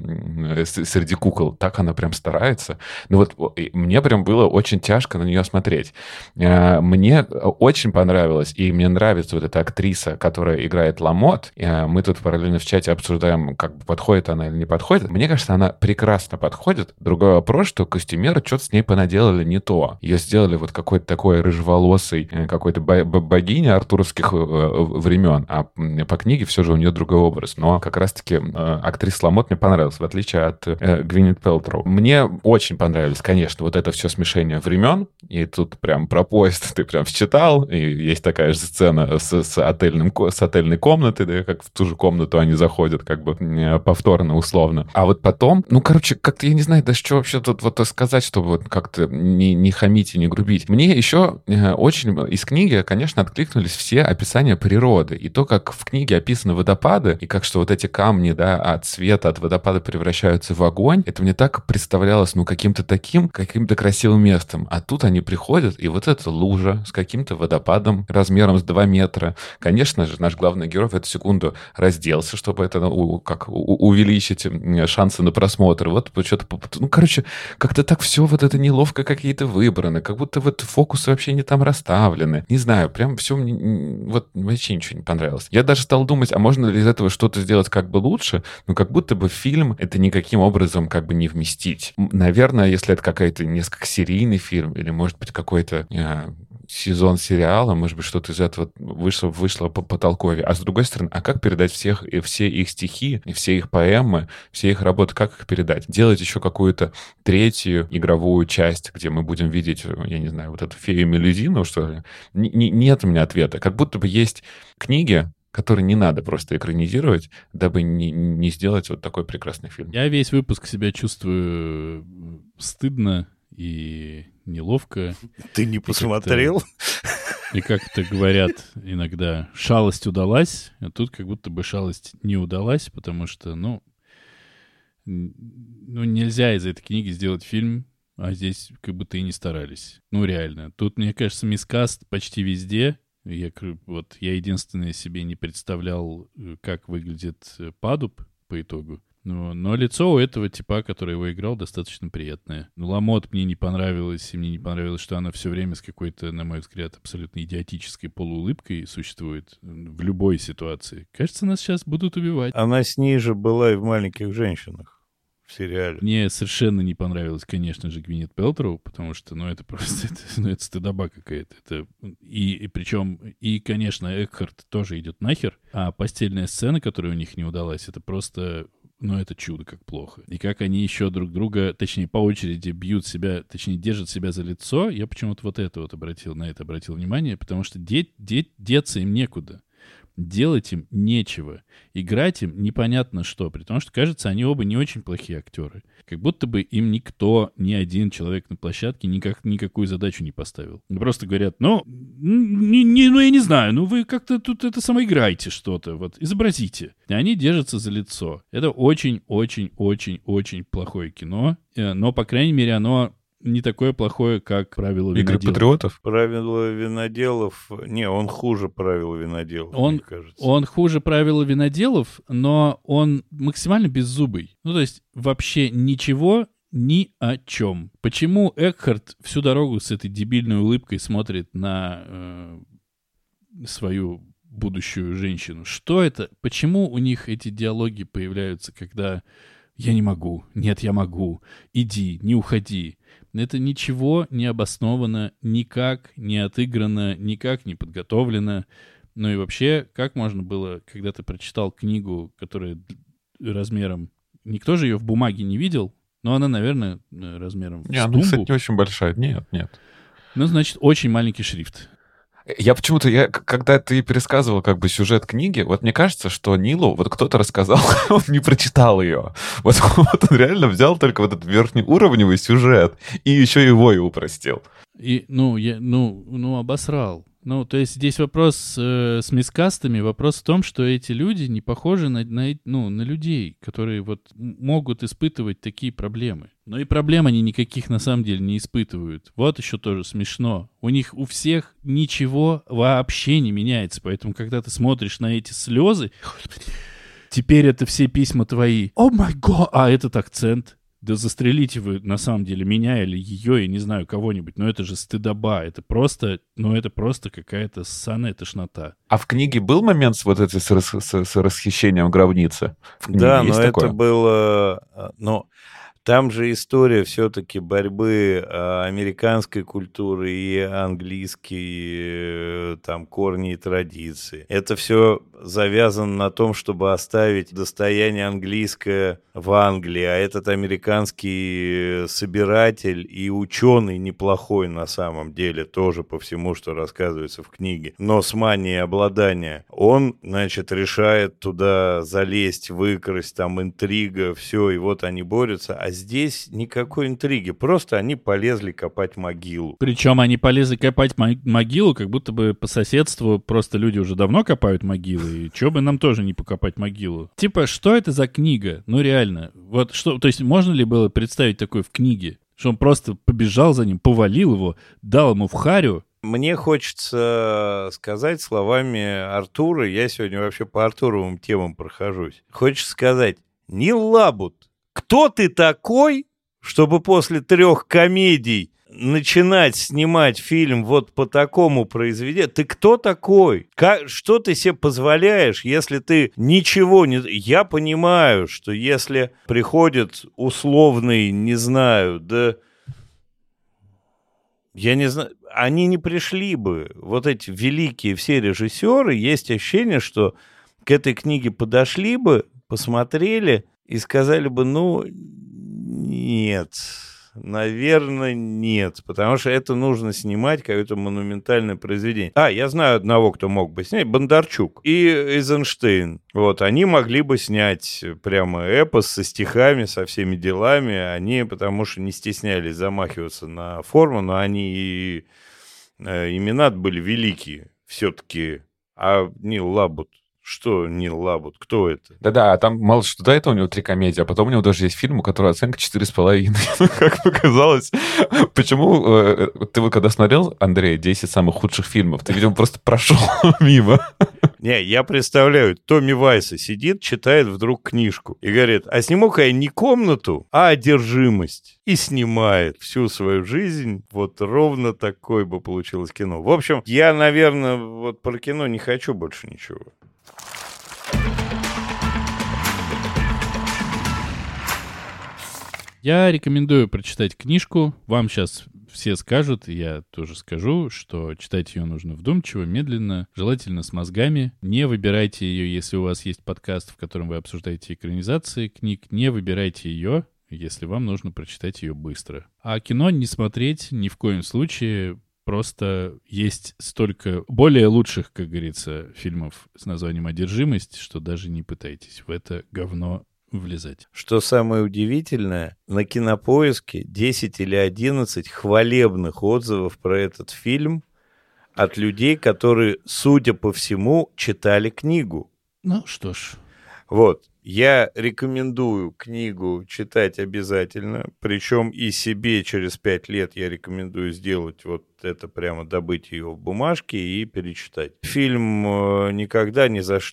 среди кукол. Так она прям старается. Ну вот мне прям было очень тяжко на нее смотреть. Мне очень понравилось, и мне нравится вот эта актриса, которая играет Ламот. Мы тут параллельно в чате обсуждаем, как подходит она или не подходит. Мне кажется, она прекрасно подходит. Другой вопрос, что костюмеры что-то с ней понаделали не то. Ее сделали вот какой-то такой рыжеволосой какой-то богини артуровских времен, а по книге все же у нее другой образ. Но как раз-таки актриса Ламот мне понравилась, в отличие от Гвинет Пэлтроу. Мне очень понравилось, конечно, вот это все смешение времен, и тут прям про поезд ты прям считал, и есть такая же сцена с, с, отельным, с отельной комнатой, да, как в ту же комнату они заходят, как бы повторно, условно. А вот потом, ну, короче, как-то я не знаю даже, что вообще тут вот сказать, чтобы вот как-то не, не хамить и не грубить. Мне еще очень из книги, конечно, откликнулись все описания природы. И то, как в книге описаны водопады, и как что вот эти камни, да, от света, от водопада превращаются в огонь, это мне так представлялось, ну, каким-то таким, каким-то красивым местом. А тут они приходят, и вот эта лужа с каким-то водопадом размером с два метра. Конечно же, наш главный герой в эту секунду разделся, чтобы это, ну, как увеличить шансы на просмотр. Вот что-то, ну, короче, как-то так все вот это неловко какие-то выбраны, как будто вот фокусы вообще не там расставлены. Не знаю, прям все мне вот вообще ничего не понравилось. Я даже стал думать, а можно ли из этого что-то сделать как бы лучше, но как будто бы фильм это никаким образом как бы не вместить. Наверное, если это какой-то несколько серийный фильм или, может быть, какой-то э, сезон сериала, может быть, что-то из этого вышло, вышло по потолкове. А с другой стороны, а как передать всех, все их стихи, все их поэмы, все их работы, как их передать? Делать еще какую-то третью игровую часть, где мы будем видеть, я не знаю, вот эту фею Мелюзину, что ли? Н- нет у меня ответа. Как будто бы есть книги, которые не надо просто экранизировать, дабы не, не сделать вот такой прекрасный фильм. Я весь выпуск себя чувствую стыдно и неловко. Ты не посмотрел? И как-то говорят иногда, шалость удалась, а тут как будто бы шалость не удалась, потому что, ну, ну нельзя из этой книги сделать фильм, а здесь как будто и не старались. Ну, реально. Тут, мне кажется, мискаст почти везде. Я, вот, я единственное себе не представлял, как выглядит Падуб по итогу. Но, но лицо у этого типа, который его играл, достаточно приятное. Ну, Ламот мне не понравилось, и мне не понравилось, что она все время с какой-то, на мой взгляд, абсолютно идиотической полуулыбкой существует в любой ситуации. Кажется, нас сейчас будут убивать. Она с ней же была и в «Маленьких женщинах» в сериале. Мне совершенно не понравилось, конечно же, Гвинет Пэлтроу, потому что, ну, это просто, это, ну, это стыдоба какая-то. Это, и, и причем, и, конечно, Экхарт тоже идет нахер, а постельная сцена, которая у них не удалась, это просто... Ну, это чудо, как плохо. И как они еще друг друга, точнее, по очереди бьют себя, точнее, держат себя за лицо, я почему-то вот это вот обратил, на это обратил внимание, потому что де, де, деться им некуда. делать им нечего. Играть им непонятно что, потому что, кажется, они оба не очень плохие актеры. Как будто бы им никто, ни один человек на площадке никак, никакую задачу не поставил. Просто говорят, ну, не, не, ну я не знаю, ну вы как-то тут это самоиграете что-то, вот, изобразите. И они держатся за лицо. Это очень-очень-очень-очень плохое кино, но, по крайней мере, оно... не такое плохое, как «Правило виноделов». «Игры патриотов»? «Правило виноделов». Не, он хуже «Правила виноделов», он, мне кажется. Он хуже «Правила виноделов», но он максимально беззубый. Ну, то есть вообще ничего ни о чем. Почему Экхарт всю дорогу с этой дебильной улыбкой смотрит на э, свою будущую женщину? Что это? Почему у них эти диалоги появляются, когда «я не могу», «нет, я могу», «иди», «не уходи»? Это ничего не обосновано, никак не отыграно, никак не подготовлено. Ну и вообще, как можно было, когда ты прочитал книгу, которая размером... Никто же ее в бумаге не видел, но она, наверное, размером в не, тумбу. она, кстати, не очень большая. Нет, нет. Ну, значит, очень маленький шрифт. Я почему-то, я, когда ты пересказывал как бы сюжет книги, вот мне кажется, что Нилу, вот кто-то рассказал, он не прочитал ее. Вот, вот он реально взял только вот этот верхнеуровневый сюжет и еще его и упростил. И, ну, я, ну, ну, обосрал. Ну, то есть здесь вопрос э, с мискастами, вопрос в том, что эти люди не похожи на, на, ну, на людей, которые вот могут испытывать такие проблемы. Но и проблем они никаких на самом деле не испытывают. Вот еще тоже смешно. У них у всех ничего вообще не меняется. Поэтому, когда ты смотришь на эти слезы, теперь это все письма твои. О май гад! А этот акцент. Да застрелите вы, на самом деле, меня или ее, я не знаю, кого-нибудь. Но это же стыдоба. Это просто, ну, это просто какая-то ссаная тошнота. А в книге был момент с вот этим с, с, с, с расхищением гробницы? Да, но такое? это было... Ну, там же история все-таки борьбы американской культуры и английской, там, корни и традиции. Это все завязано на том, чтобы оставить достояние английское в Англии, а этот американский собиратель и ученый неплохой на самом деле, тоже по всему, что рассказывается в книге, но с манией обладания, он, значит, решает туда залезть, выкрасть, там, интрига, все, и вот они борются, а здесь никакой интриги, просто они полезли копать могилу. Причем они полезли копать могилу, как будто бы по соседству просто люди уже давно копают могилы, и чё бы нам тоже не покопать могилу. Типа, что это за книга? Ну реально, вот что, то есть можно ли было представить такое в книге? Что он просто побежал за ним, повалил его, дал ему в харю? Мне хочется сказать словами Артура, я сегодня вообще по Артуровым темам прохожусь. Хочется сказать, Нил Лабут, кто ты такой, чтобы после трех комедий начинать снимать фильм вот по такому произведению? Ты кто такой? Как, что ты себе позволяешь, если ты ничего не... Я понимаю, что если приходит условный, не знаю, да... Я не знаю, они не пришли бы, вот эти великие все режиссеры, есть ощущение, что к этой книге подошли бы, посмотрели и сказали бы, ну, нет, наверное, нет, потому что это нужно снимать какое-то монументальное произведение. А, я знаю одного, кто мог бы снять, Бондарчук и Эйзенштейн. Вот, они могли бы снять прямо эпос со стихами, со всеми делами, они, потому что не стеснялись замахиваться на форму, но они и э, имена были великие все-таки. А Нил Лабут, что Нил Лабут? Кто это? Да-да, а там мало что до этого у него три комедии, а потом у него даже есть фильм, у которого оценка четыре с половиной. Как показалось. Почему э, ты вот когда смотрел, Андрей, десять самых худших фильмов, ты, видимо, просто прошел мимо. Не, я представляю, Томми Вайса сидит, читает вдруг книжку и говорит, а сниму-ка я не комнату, а одержимость. И снимает всю свою жизнь. Вот ровно такое бы получилось кино. В общем, я, наверное, вот про кино не хочу больше ничего. Я рекомендую прочитать книжку. Вам сейчас все скажут, и я тоже скажу, что читать ее нужно вдумчиво, медленно, желательно с мозгами. Не выбирайте ее, если у вас есть подкаст, в котором вы обсуждаете экранизации книг. Не выбирайте ее, если вам нужно прочитать ее быстро. А кино не смотреть ни в коем случае Просто есть столько более лучших, как говорится, фильмов с названием «Одержимость», что даже не пытайтесь в это говно влезать. Что самое удивительное, на Кинопоиске десять или одиннадцать хвалебных отзывов про этот фильм от людей, которые, судя по всему, читали книгу. Ну что ж. Вот. Я рекомендую книгу читать обязательно, причем и себе через пять лет я рекомендую сделать вот это, прямо добыть ее в бумажке и перечитать. Фильм никогда ни за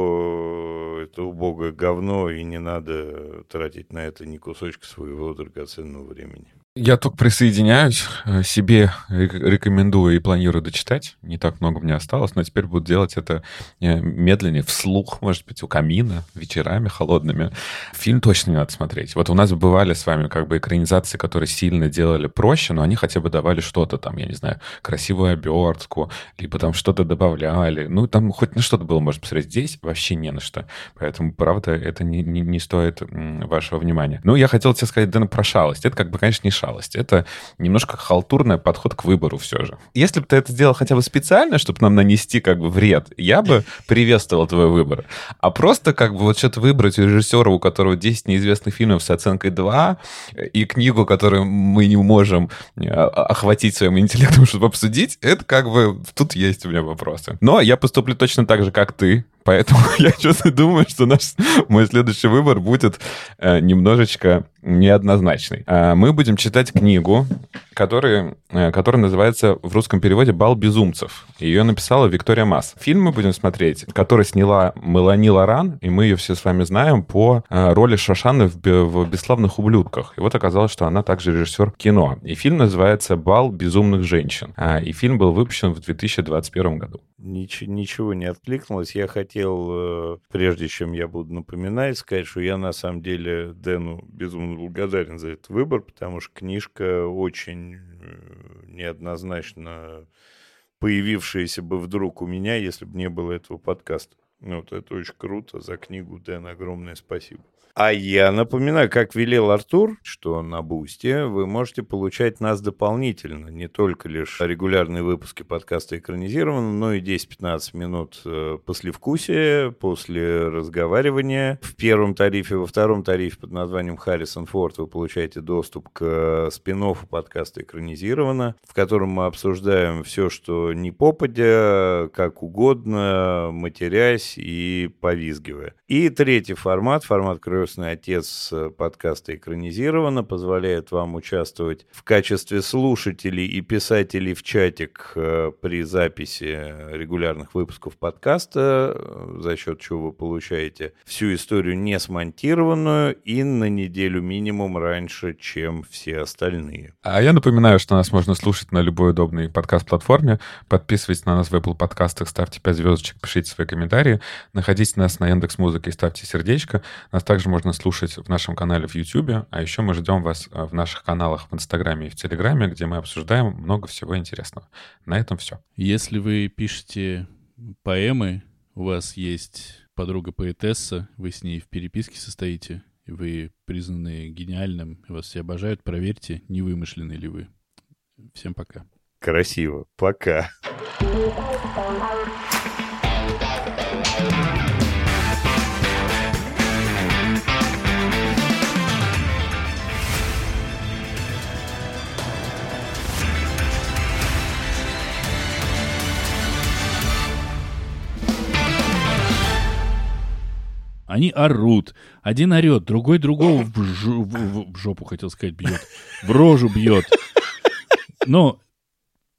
что это убогое говно, и не надо тратить на это ни кусочка своего драгоценного времени. Я только присоединяюсь, себе рекомендую и планирую дочитать. Не так много мне осталось, но теперь буду делать это медленнее, вслух, может быть, у камина, вечерами холодными. Фильм точно не надо смотреть. Вот у нас бывали с вами как бы экранизации, которые сильно делали проще, но они хотя бы давали что-то там, я не знаю, красивую обертку, либо там что-то добавляли. Ну, там хоть на что-то было можно посмотреть. Здесь вообще не на что. Поэтому, правда, это не, не, не стоит вашего внимания. Ну, я хотел тебе сказать, Дэн, про шалость. Это как бы, конечно, не шалость. Это немножко халтурный подход к выбору все же. Если бы ты это сделал хотя бы специально, чтобы нам нанести как бы вред, я бы приветствовал твой выбор. А просто как бы вот что-то выбрать у режиссера, у которого десять неизвестных фильмов с оценкой два, и книгу, которую мы не можем охватить своим интеллектом, чтобы обсудить, это как бы... Тут есть у меня вопросы. Но я поступлю точно так же, как ты. Поэтому я что-то думаю, что наш, мой следующий выбор будет э, немножечко неоднозначный. Э, мы будем читать книгу, который, э, которая называется в русском переводе «Бал безумцев». Ее написала Виктория Масс. Фильм мы будем смотреть, который сняла Мелани Лоран, и мы ее все с вами знаем по э, роли Шошаны в, в «Бесславных ублюдках». И вот оказалось, что она также режиссер кино. И фильм называется «Бал безумных женщин». Э, и фильм был выпущен в две тысячи двадцать первом году. Ничего, ничего не откликнулось. Я хотел, прежде чем я буду напоминать, сказать, что я на самом деле Дэну безумно благодарен за этот выбор, потому что книжка очень неоднозначно появившаяся бы вдруг у меня, если бы не было этого подкаста. Ну, вот это очень круто. За книгу, Дэн, огромное спасибо. А я напоминаю, как велел Артур, что на Бусте вы можете получать нас дополнительно. Не только лишь регулярные выпуски подкаста экранизированы, но и десять-пятнадцать минут послевкусия, после разговаривания. В первом тарифе, во втором тарифе под названием «Харрисон Форд» вы получаете доступ к спин-оффу подкаста «Экранизировано», в котором мы обсуждаем все, что не попадя, как угодно, матерясь и повизгивая. И третий формат, формат «Крестный отец» подкаста «Экранизировано», позволяет вам участвовать в качестве слушателей и писателей в чатик при записи регулярных выпусков подкаста, за счет чего вы получаете всю историю не смонтированную и на неделю минимум раньше, чем все остальные. А я напоминаю, что нас можно слушать на любой удобной подкаст-платформе. Подписывайтесь на нас в Apple подкастах, ставьте пять звездочек, пишите свои комментарии. Находите нас на Яндекс.Музыке и ставьте сердечко. Нас также можно слушать в нашем канале в YouTube, а еще мы ждем вас в наших каналах в Инстаграме и в Телеграме, где мы обсуждаем много всего интересного. На этом все. Если вы пишете поэмы, у вас есть подруга-поэтесса, вы с ней в переписке состоите, и вы признаны гениальным, и вас все обожают, проверьте, не вымышлены ли вы. Всем пока. Красиво. Пока. Они орут. Один орет, другой другого в, ж... в, в жопу, хотел сказать, бьет. В рожу бьет. Но